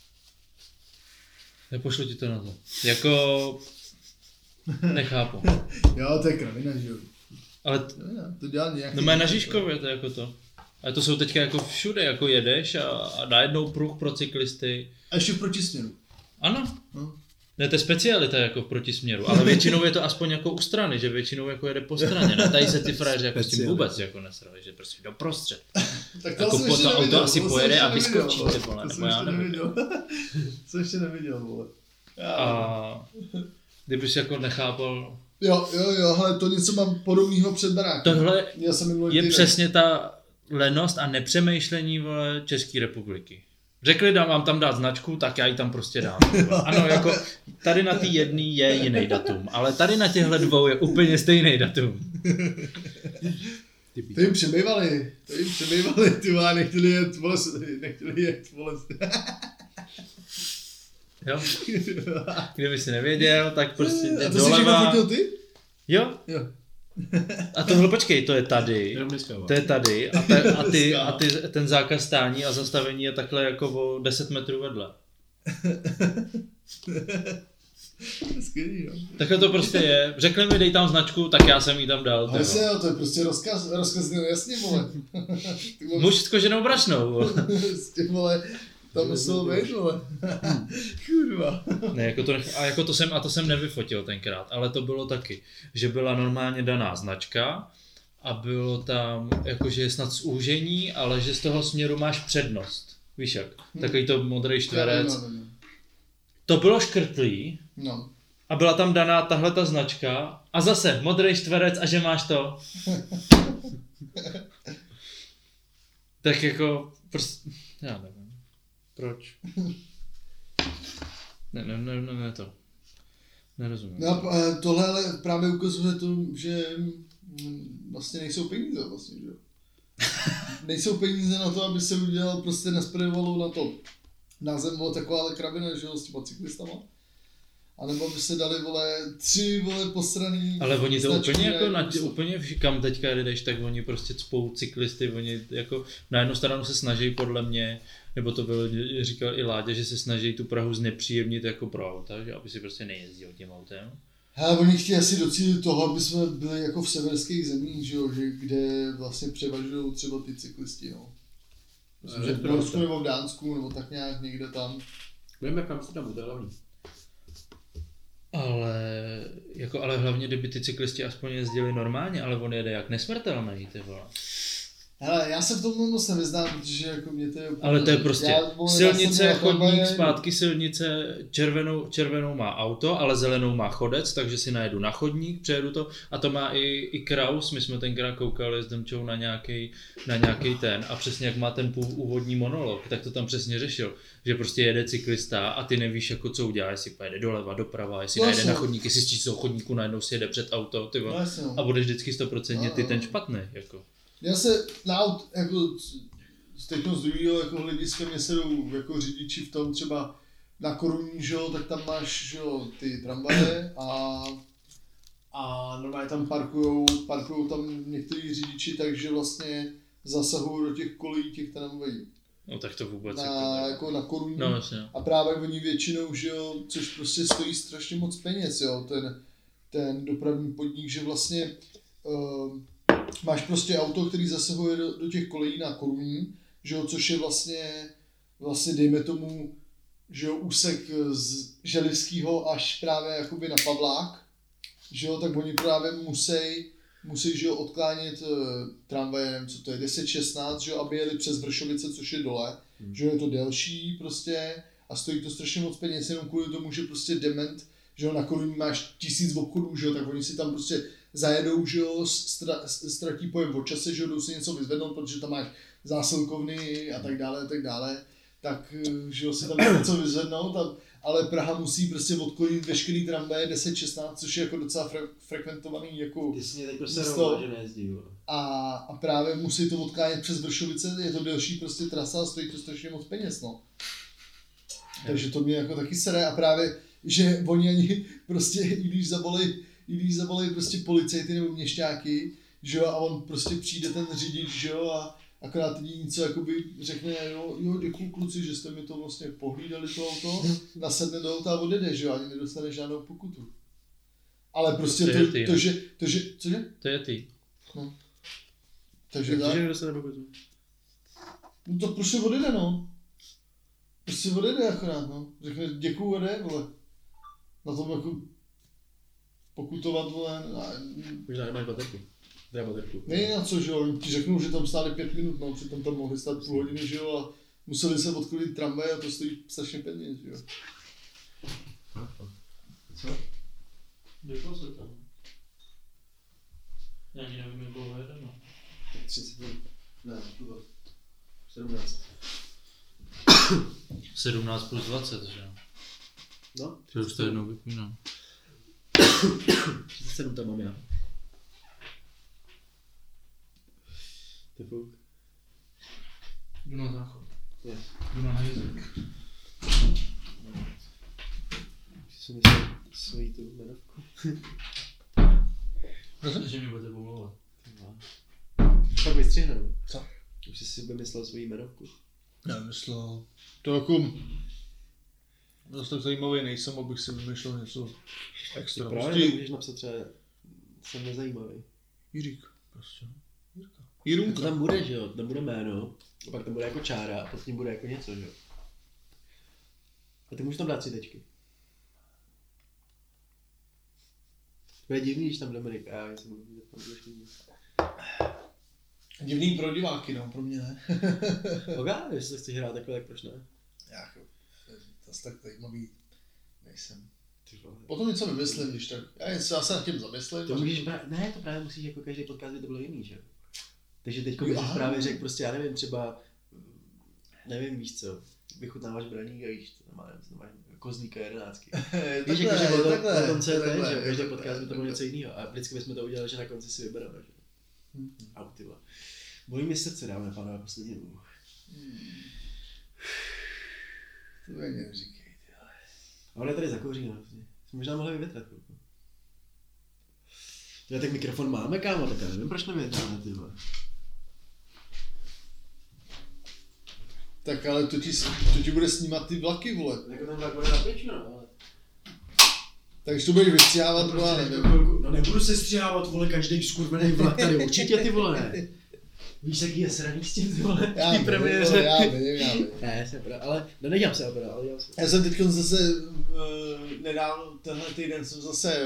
Já pošlu ti to na to. Jako, nechápu. Jo, to je kravina, že jo. Ale to dělá nějaký... No má na Žižkově to jako to. A to jsou teďka jako všude, jako jedeš a najednou pruh pro cyklisty. A ještě v protisměru. Ano. No. Ne, to je specialita jako v protisměru, ale většinou je to aspoň jako u strany, že většinou jako jede po straně. Ne, tady se ty frajeři jako s tím vůbec jako nesrali, že prostě doprostřed. Tak to jako po to auto asi pojede a vyskočí, ty vole, nebo já nevím. To ještě neviděl, vole. A kdybys jako nechápal... Jo, hele, to něco mám podobného před barákem. Tohle je přesně ta lenost a nepřemýšlení, vole, České republiky. Řekli, mám tam dát značku, tak já ji tam prostě dám. Ano, jako tady na té jedný je jiný datum, ale tady na těchto dvou je úplně stejný datum. To jim přebývali, ty vole, nechtěli jet, vole. Jo? Kdyby si nevěděl, tak prostě a to jsi fotil ty? Jo. A tohle, počkej, to je tady, to je tady a ten zákaz stání a zastavení je takhle jako o 10 metrů vedle. Skvělý, jo. Takhle to prostě je. Řekli mi, dej tam značku, tak já jsem jí tam dal. Ale se, jo, to je prostě rozkaz jasně, vole. Muž s koženou brašnou, vole. S tím, vole, tam muselo být, vole. Kurva. Ne, jako to jsem nevyfotil tenkrát, ale to bylo taky, že byla normálně daná značka a bylo tam, jakože je snad zúžení, ale že z toho směru máš přednost. Víš jak? Takový to modrý čtverec. To bylo škrtlý. No. A byla tam daná tahle ta značka a zase modrý čtverec a že máš to. Tak jako, prostě, já nevím. Proč? Ne to. Nerozumím. No tohle ale právě ukazuje to, že vlastně nejsou peníze vlastně, že jo. Nejsou peníze na to, aby se udělal prostě nesprejovalo na to. Název bylo taková kravina, že jo, s těma cyklistama. A nebo by se dali, vole, 3, vole, posraný... Ale oni to úplně jako, úplně kam teďka jdeš, tak oni prostě cpou cyklisty, oni jako na jednu stranu se snaží podle mě, nebo to bylo, říkal i Láďa, že se snaží tu Prahu znepříjemnit jako pro auta, že aby si prostě nejezdil tím autem. Hele, oni chtějí asi docílit toho, aby jsme byli jako v severských zemích, že jo, že kde vlastně převažují třeba ty cyklisti, no. Myslím, že v Polsku nebo v Dánsku, nebo tak nějak někde tam. Budeme v Amsterdamu, to je hlavní. Ale hlavně, kdyby ty cyklisti aspoň jezdili normálně, ale on jede jak nesmrtelný, ty vole. Hele, já se v tom moc nevyznám, protože jako mě to je... Ale to je prostě silnice, chodník, zpátky silnice, červenou má auto, ale zelenou má chodec, takže si najedu na chodník, přejedu to a to má i Kraus, my jsme tenkrát koukali s Demčou na nějaký ten a přesně jak má ten úvodní monolog, tak to tam přesně řešil, že prostě jede cyklista a ty nevíš jako co udělá, jestli pojede doleva, doprava, jestli najde na chodník, jestli z číslo chodníku najednou si jede před auto, ty vole, a budeš vždycky 100% ty ten špatný, jako. Já se na aut, jako z druhého jako hlediska mě se jdou jako řidiči v tom třeba na Koruní, že jo, tak tam máš, že jo, ty tramvaje a normálně tam parkujou tam někteří řidiči, takže vlastně zasahují do těch kolejí těch tramvají. No tak to vůbec jako na Koruní. No, vlastně. A právě oni většinou, že jo, což prostě stojí strašně moc peněz, jo, ten dopravní podnik, že vlastně máš prostě auto, který zasahuje do těch kolejí na Koruní, že jo, což je vlastně dejme tomu, že jo, úsek z Želivského až právě jakoby na Pavlák, že jo, tak oni právě musí, že jo, odklánět tramvaje, nevím, co to je, 10-16, že jo, aby jeli přes Vršovice, což je dole, že jo, je to delší prostě a stojí to strašně moc peněz, jenom kvůli tomu, že prostě dement, že jo, na Koruní máš 1000 obchodů, že jo, tak oni si tam prostě zajedou, že jo, ztratí pojem o čase, že jo, jdou si něco vyzvednout, protože tam máš zásilkovny a tak dále, tak, že jo, si tam něco vyzvednout, ale Praha musí prostě odklonit veškerý tramvaje 10-16, což je jako docela frekventovaný jako místo. Že nejezdí, a právě musí to odklánět přes Vršovice, je to delší prostě trasa a stojí to strašně moc peněz, no. Takže to mě jako taky sere a právě, že oni ani prostě, i když zavolej prostě policajty nebo měšťáky, že jo, a on prostě přijde ten řidič, že jo, a akorát teď něco jakoby řekne, jo, děkuju kluci, že jste mi to vlastně pohlídali to auto, nasedne do auta a odjede, že jo, ani nedostane žádnou pokutu. Ale prostě cože? To je ty. No. Takže tak. Takže nedostane pokutu. No to prostě odjede, no. Prostě odjede akorát, no. Řekne děkuju, odjede, vole. Na tom jako pokutovat, vole, možná nemáš baterku. Ne, na co, že jo, ti řeknou, že tam stáli 5 minut, no, přitom tam mohli stát půl hodiny, že jo, a museli se odklolit tramvaj a to stojí strašně peněz, že jo. Co? Děkuji se tam. Já ani nevím, jak dlouho jede, no. 30 minut. Ne, 17. 17 plus 20, že jo. No. Že už to jednou vypínám. 37 tam mám já. To je fuk. Jdu na záchod. Je. Jdu na hajzek. Už si myslel svojí tu jmenovku. Že mi budete pomlouvat. Pak vystřihneme. Co? Už jsi si vymyslel svojí jmenovku. Nemyslel. To jako... Dost tak zajímavý nejsem, abych si vymyšlel něco extra. Ty právě můžeš napsat třeba, jsem nezajímavý. Jiřík, prostě. Jirunka. To tam bude, že jo, tam bude jméno, a pak tam bude jako čára a pod tím bude jako něco, že jo. A ty můžeš tam dát 3 tečky. To je divný, když tam Dominik a já jsem mluvil, že tam budeš mít. Divný pro diváky, no, pro mě ne. Oga, jestli se chceš hrát takhle, tak proč ne? Já zase tak zajímavý nejsem. Potom něco vymyslím, když tak. Já se nad tím zamyslím. To můžeš ne, to právě musíš jako každý podcast, by to bylo jiný, že jo. Takže teďko bys právě řekl prostě, já nevím, třeba, nevím, víš co, vychutnáváš braník a víš, to máš kozlíka 11. Víš, jakože o tom, co je ten, že každý podcast by to bylo něco jiného a vždycky bychom to udělali, že na konci si vybereme, že auty, vole. Bolí mi srdce, dáme pánové, poslední dobu. To mě neříkej, tyhle. A on je tady zakouří, no. Jsme možná mohli vyvětrat chvilku. Já tak mikrofon máme, kámo, tak já nevím, proč nevyvětráme, ty vole. Tak ale to ti bude snímat ty vlaky, vole. Jako ten vlak bude na pěč, no, ale... Takže to budeš vystřihávat, vole, nevím. No nebudu se střihávat, vole, každý skurvený vlak tady, určitě ty vole, ne. Víš, jaký je sraný s tím, ty vole, Já v té vím, premiéře. já vím. Ne, jsem ale nedělám se opera, ale dělám se. Já jsem teď zase nedávno, tenhle týden jsem zase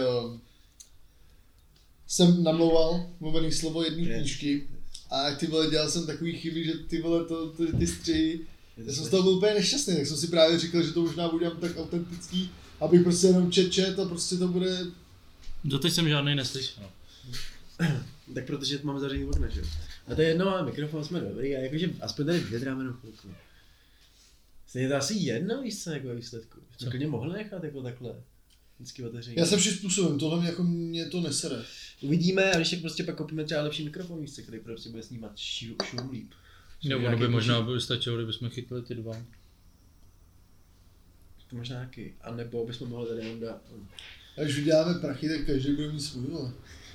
jsem namlouval mluvený slovo jedné knížky a ty vole dělal jsem takový chyby, že ty vole ty střihy, já jsem z toho byl úplně nešťastný, tak jsem si právě říkal, že to možná udělám tak autentický, abych prostě jenom čet a prostě to bude... Doteď jsem žádnej neslyšel. Tak protože máme zavřený okna, že jo. A to je jedno, máme mikrofon, jsme dobrý a jakože aspoň tady vyvědráme na chvilku. Stejně to asi jedno, víš co, jako výsledku. Jsme klidně mohli nechat jako takhle. Vždycky otevření. Já se přizpůsobím, tohle jako mě to nesere. Uvidíme a když tak prostě pak koupíme třeba lepší mikrofon, víš co, který prostě bude snímat šum líp. Jo, ono by možná stačilo, kdybychom chytli ty dva. To možná taky, a nebo bychom mohli tady jenom dát. Až vyděláme prachy, tak každý bude mít svůj, ale.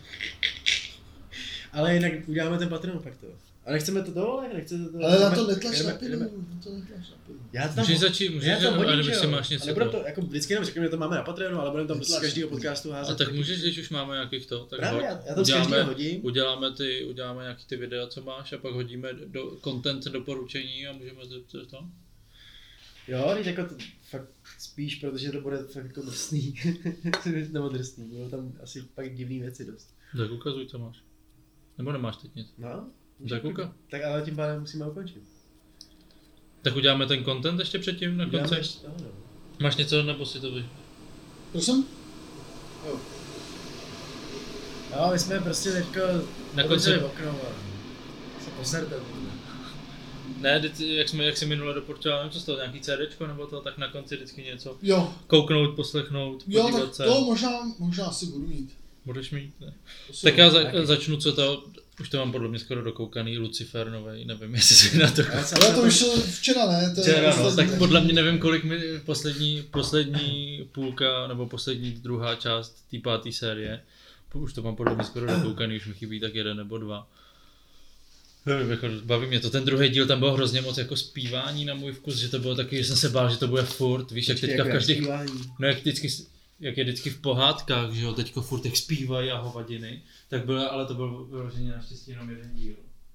Ale jinak uděláme ten Patreon pak to. A nechceme to dole, nechcete to... Ale na to netlač na pilu, Já to tam... Můžeš začít, ale když si máš něco. Nebudem to, jako vždycky jenom řekneme, že to máme na Patreonu, ale budeme tam z každého podcastu házet. A tak můžeš, když už máme nějakých to, tak právě, já tam z každého hodím. Uděláme nějaký ty videa, co máš a pak hodíme do content doporučení a můžeme to. Jo, teď jako to, fakt spíš, protože to bude fakt jako drsný. Nebo drsný, budou tam asi pak divný věci dost. Tak ukazuj, co máš. Nebo nemáš teď nic? No. Tak uka. Tak ale tím pádem musíme ukončit. Tak uděláme ten content ještě předtím na konci? Máš něco nebo si to vy? Prosím? Jo. Jo, my jsme prostě teďko na konci okno a se poserte. Ne, jak jsi minule doporučoval, nevím co z toho, nějaký CDčko nebo to, tak na konci vždycky něco jo. Kouknout, poslechnout, podívat tak se. to možná asi budu mít. Budeš mít, ne? Tak já začnu, co to, už to mám podle mě skoro dokoukaný, Lucifer novej, nevím, jestli si na to ale to už včera, ne? Včera, no, tak podle mě nevím, kolik mi poslední půlka, nebo poslední druhá část té páté série, už to mám podle mě skoro dokoukaný, už mi chybí tak 1 nebo 2. Nevím, jako baví mě to, ten druhý díl, tam bylo hrozně moc jako zpívání na můj vkus, že to bylo taky, že jsem se bál, že to bude furt, víš, jak teďka v každých, no jak je vždycky v pohádkách, že jo, teďko furt jak zpívají a hovadiny, tak bylo, ale to bylo vyloženě naštěstí jenom jeden díl.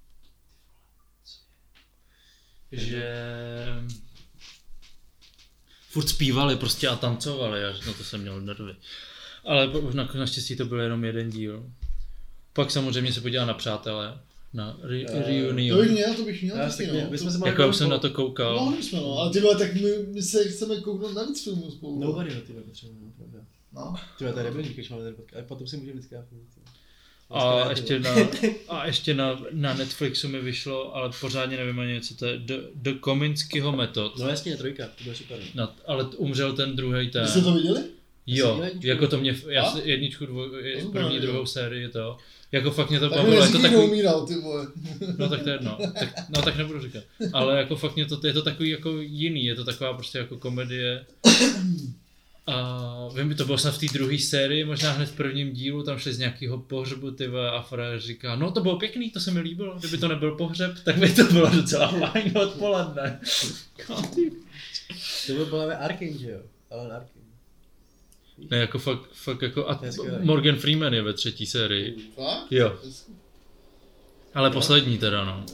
Že furt zpívali prostě a tancovali, až na to jsem měl nervy. Ale naštěstí to byl jenom jeden díl. Pak samozřejmě se podíval na Přátelé, na Reunion. To bych měl taky, no. Jako už jsem na to koukal. Mohli jsme, no, ale tyhle, tak my se chceme kouknout na víc filmů spolu. Nobody, tyhle potřebujeme, pravda. No. Tyhle, tady nebyl, když máme ten podcast, ale potom si můžeme vždycky dát filmy. A ještě na Netflixu mi vyšlo, ale pořádně nevím ani co to je, The Kominskyho Metod. No jasně, 3, to bylo super. Ale umřel ten druhý ten. Jste to viděli? Jo, jako to mě, já jedničku, první, druhou sérii to, jako fakt mě to bavilo, je to takový... umíral, ty vole. No tak to je jedno, tak nebudu říkat, ale jako fakt mě to, je to takový jako jiný, je to taková prostě jako komedie. A vím, to bylo snad v té druhé sérii, možná hned v prvním dílu, tam šli z nějakého pohřbu, tyve, a Fred říká, no to bylo pěkný, to se mi líbilo, kdyby to nebyl pohřeb, tak by to bylo docela fajn odpoledne. To byl právě Arkin, že jo? Alan Arkin. Ne, jako fakt jako, a Morgan Freeman je ve 3. sérii. Fakt? Jo. Ale poslední teda, no.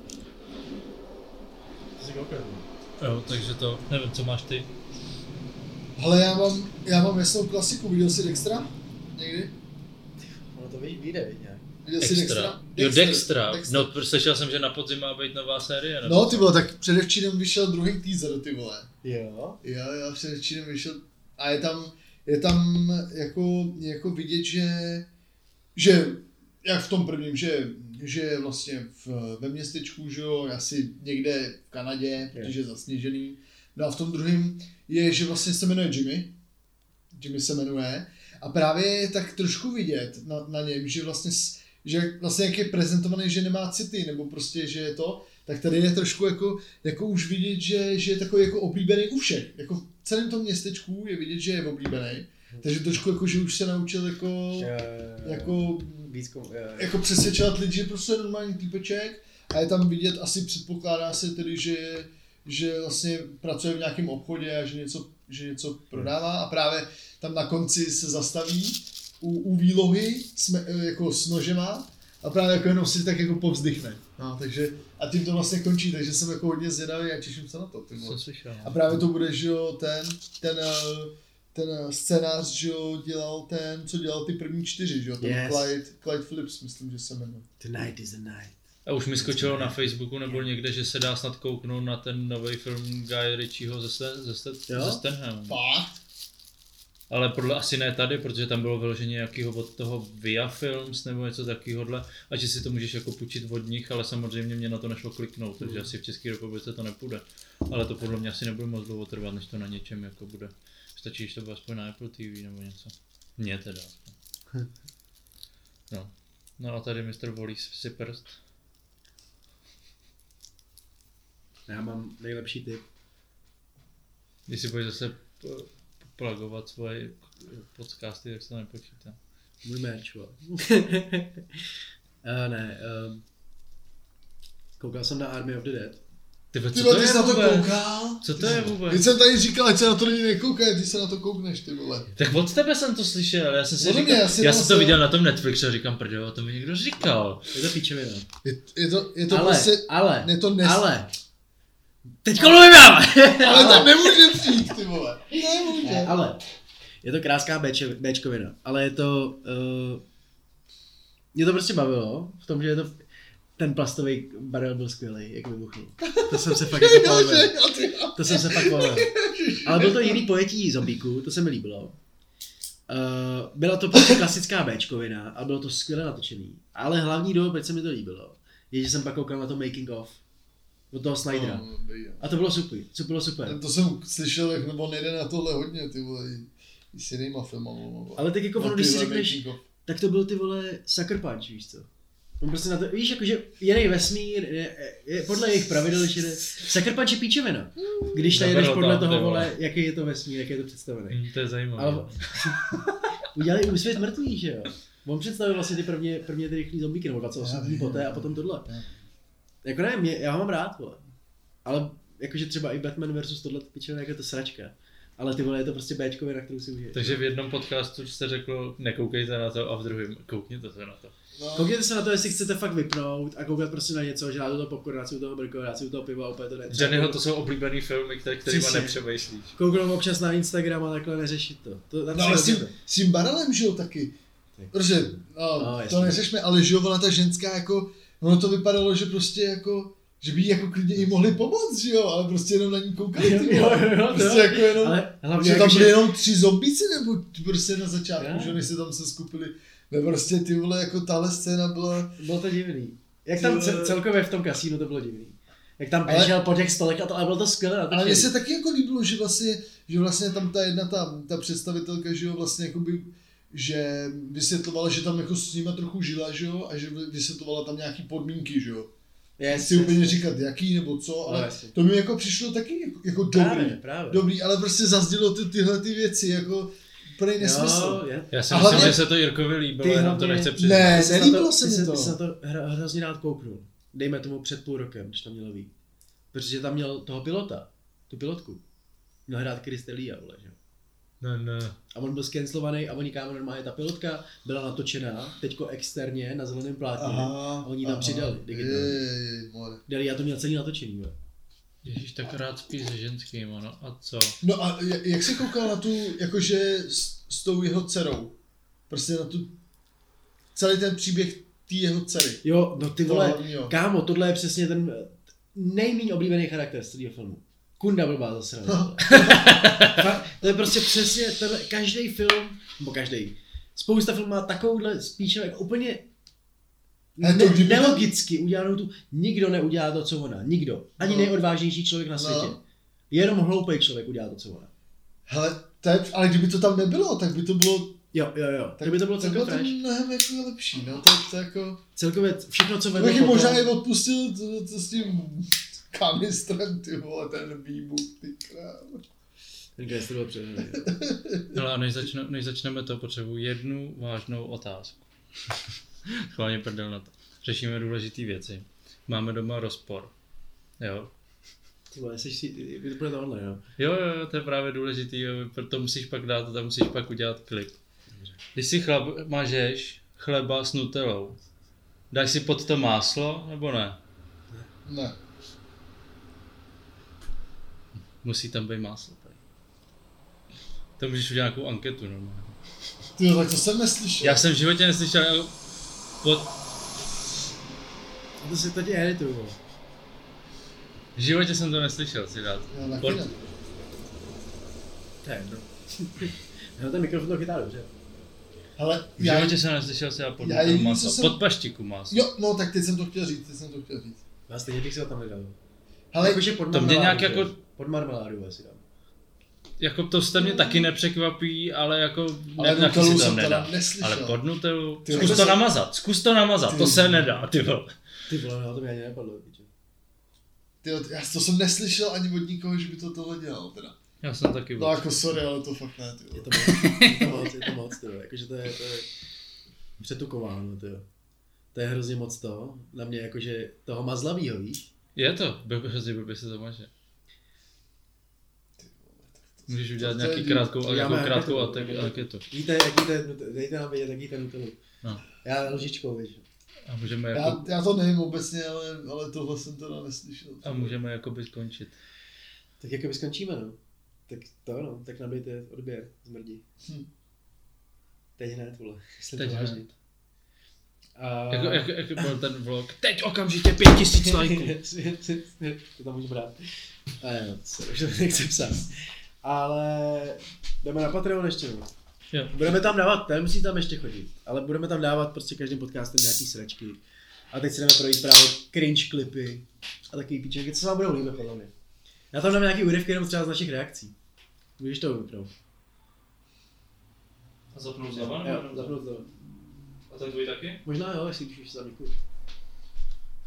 Jo, takže to, nevím, co máš ty? Hele, já mám jasnou klasiku, viděl jsi Dextra? Někdy? No to vyjde, nějak. Viděl jsi Dextra? Jo, Dextra. No, slyšel jsem, že na podzim má být nová série, nebo? No, ty vole, tak předevčírem vyšel druhý teaser, ty vole. Jo? Jo, předevčírem vyšel a je tam jako vidět, že jak v tom prvním, že vlastně ve městečku, že jo, asi někde v Kanadě, protože je zasněžený. No a v tom druhém je, že vlastně se jmenuje Jimmy se jmenuje a právě je tak trošku vidět na něm, že vlastně jak je prezentovaný, že nemá city, nebo prostě, že je to, tak tady je trošku jako už vidět, že je takový jako oblíbený u všech. Jako v celém tom městečku je vidět, že je oblíbený. Takže trošku jako, že už se naučil jako přesvědčovat lidi, že prostě je normální týpeček a je tam vidět, asi předpokládá se tedy, že vlastně pracuje v nějakém obchodě a že něco prodává a právě tam na konci se zastaví u výlohy jako s nožema a právě jako jenom si tak jako povzdychne No, takže, a tím to vlastně končí, takže jsem jako hodně zvědavý a těším se na to. Jsem slyšel. A právě to bude, že jo, ten scénář, že jo, dělal co dělal ty první 4, že jo, ten Clyde Phillips, myslím, že se jmenuje. Tonight is the night. A už mi skočilo na Facebooku nebo někde, že se dá snad kouknout na ten nový film Guy Ritchieho ze Stenhamu. Fakt? Ale podle asi ne tady, protože tam bylo vyloženě nějakýho od toho Via Films nebo něco takovýhodle a že si to můžeš jako půjčit od nich, ale samozřejmě mě na to nešlo kliknout, takže asi v České republice to nepůjde. Ale to podle mě asi nebude moc dlouho trvat, než to na něčem jako bude. Stačí, když to bude aspoň na Apple TV nebo něco. Mně teda. No a tady Mr. Volí si prst. Já mám nejlepší tip. Když si budeš zase plagovat svoje podcasty, tak se to nepočítá. Můj merch, koukal jsem na Army of the Dead. Co to ty je jsi na to vůbec? koukal? Co to je vůbec? Teď jsem tady říkal, ať se na to lidi nekoukají, ty se na to koukneš, ty vole. Tak od tebe jsem to slyšel, já jsem si Ode mě, říkal, já jsem to viděl na tom Netflixu a říkám, prdě, to mi někdo říkal. Je to píčovina. Je to prostě, Ale, teďko mluvím já! Ale tam nemůže přijít, ty vole. Nemůže. Ne, ale, je to kráská Bčkovina, ale je to, mě to prostě bavilo, v tom, že je to, ten plastový barel byl skvělý, jak vybuchnul. To jsem se fakt jako bavil. To jsem se fakt bavil. Ale bylo to jiný pojetí zombíků, to se mi líbilo. Byla to prostě klasická Bčkovina a bylo to skvěle natočený. Ale hlavní důvod, proč se mi to líbilo, je, že jsem pak koukal na to making of. Od toho Snydera. A to bylo super, to bylo super. To jsem slyšel, jak nebo nejde na tohle hodně, ty vole, i s jinýma filmama. Ale tak jako ono, když si řekneš, tak to byl ty vole Sucker Punch, víš co? On prostě na to, víš, jakože jiný vesmír, je podle jejich pravidel, že Sucker Punch je píčovina. Když najdeš podle toho, vole, jaký je to vesmír, jak je to představený. To je zajímavé. Ale udělali Úsvět mrtvých, že jo? On představil vlastně ty prvně ty rychlý zombíky, nebo 28 dní poté a potom tohle. Jako ne, já ho mám rád, vole. Ale jakože třeba i Batman versus tohle pičovina, jako je to sračka. Ale ty vole, je to prostě Bčkovina, na kterou si užiješ. Takže v jednom podcastu jste řekl, nekoukejte na to, a v druhém, koukněte se na to. No. Koukněte se na to, jestli chcete fakt vypnout a koukat prostě na něco, že dáte to popcorn, dáte si u toho brko, dáte si u toho piva, úplně to ne. Johnnyho to jsou oblíbený filmy, kterýma nepřemýšlíš. Kouknout občas na Instagram a takhle neřešit to. No ale s tím barelem, že jo, taky. Protože, to neřešme, ale že jo, ona ta ženská jako, ono to vypadalo, že prostě jako, že by jí jako klidně i mohli pomoct, že jo, ale prostě jenom na ní koukali, ty prostě jako jenom, ale hlavně že tam byly jenom 3 zombíci, nebo prostě na začátku, že než se tam se skupili, ne prostě ty vole, jako tahle scéna byla. Bylo to divný. Jak tam celkově v tom kasínu to bylo divný. Jak tam běžel po těch stolech a to, ale bylo to skvělé. Ale mně se taky jako líbilo, že vlastně tam ta jedna ta představitelka, že jo, vlastně jakoby, že vysvětlovala, že tam jako s nima trochu žila, že jo, a že vysvětlovala tam nějaký podmínky, že jo. Chci úplně říkat jaký nebo co, ale to mi jako přišlo taky jako dobrý, ale prostě zazdělo tyhle ty věci, jako plný nesmysl. Já si myslím, že se to Jirkovi líbilo, jenom to nechce přiznat. Ne, nelíbilo se mi to. Ty se na to hrozně rád kouknul, dejme tomu před půl rokem, když tam mělo být. Protože tam měl toho pilota, tu pilotku. Měl hrát Chris D'Elia, vole, že jo. Ne. A on byl skenslovaný a oni kámo normálně, ta pilotka byla natočená teďko externě na zeleném plátně a oni tam přidali digitálně. Já to měl celý natočený, jo. Ježíš, tak rád spíš se ženským, no a co? No a jak jsi koukal na tu, jakože s tou jeho dcerou? Prostě na tu, celý ten příběh té jeho dcery. Jo, no ty vole, kámo, tohle je přesně ten nejméně oblíbený charakter z celého filmu. Kunda blbá zase. To je prostě přesně, každý film, nebo spousta filmů má takovouhle spíš jako úplně nelogicky udělanou tu, nikdo neudělá to, co ona, nikdo. Ani nejodvážnější člověk na světě. Jenom hloupej člověk udělá to, co ona. Hele, ale kdyby to tam nebylo, tak by to bylo. Jo. Tak by to bylo celkově fresh. Tak by to mnohem jako lepší, no. To jako. Celkově všechno, co vedlo potom. Možná i odpustil to s tím kanistrem, ty vole, ten výbuch, ty krávo. Ten kanistr byl přehledný. Ale než začneme to, potřebuji jednu vážnou otázku. Chválně prdel na to. Řešíme důležité věci. Máme doma rozpor. Jo. Ty vole, to bude tohle, jo. Jo, to je právě důležitý, jo. To musíš pak dát, tam musíš pak udělat klip. Když si mažeš chleba s nutelou, dáš si pod to máslo, nebo ne? Ne. Musí tam být máslo tady. To můžeš udělat nějakou anketu normálně. Tyjo, tak to jsem neslyšel. Já jsem v životě neslyšel To si tady edituju. V životě jsem to neslyšel, si dát. Jo, taky Pod- ne. To je jedno. Já ten mikrofon to chytá dobře. Ale V životě jsem neslyšel si dát pod já jediný, máslo. co jsem- Pod paštiku máslo. Jo, no tak teď jsem to chtěl říct. Já stejně bych si ho tam nedal. Ale Jakože pod to mě marmeládu, nějak že? jako- Pod marmeládu asi dám. Jako to jste mě taky nepřekvapí, ale jako Ale taky Nutellu se jsem tam teda nedá. neslyšel. Ale pod Nutellu, Ty, zkus to to se- namazat, to se nedá, ty vole. Ty vole, no to mi ani nenapadlo. Piče. tyjo, já to jsem neslyšel ani od nikoho, že by to tohle dělal teda. Já jsem taky No byl. jako sorry, ale to fakt ne, tyjo. Je to moc, tyjo. Jakože to je přetukováno, tyjo. To je hrozně moc to. Na mě jakože toho mazlavýho, víš? Je to, hrozně blbě se to maže. Můžeš udělat To je nějaký divný. krátkou Uděláme anketu. Víte, jaký to je, dejte nám vědět, jaký ten Nutellu. No. Já lžičkou, víš. A můžeme jako, Já to nevím obecně, ale tohle jsem teda neslyšel. a můžeme jakoby skončit. Tak jako by skončíme, no. Tak to no, tak nabijte odběr, zmrdí. Teď hned, vole. Jestli Teď to hned. vážně. A... Jak byl ten vlog? Teď okamžitě 5000 lajků. To tam můžu brát. A jo, sorry, že to nechci psát. Ale jdeme na Patreon ještě, no. Jo. Budeme tam dávat, nemusí tam ještě chodit, ale budeme tam dávat prostě každým podcastem nějaký sračky. A teď si jdeme projít právě cringe klipy a takový píčenky, co se vám budou líbit podle mě. Já tam dám nějaký úryvky jenom třeba z našich reakcí. Můžeš to vypnout. A zapnout Jo, zapnout to. A ten tvůj taky? Možná jo, jestli když už se zamíku.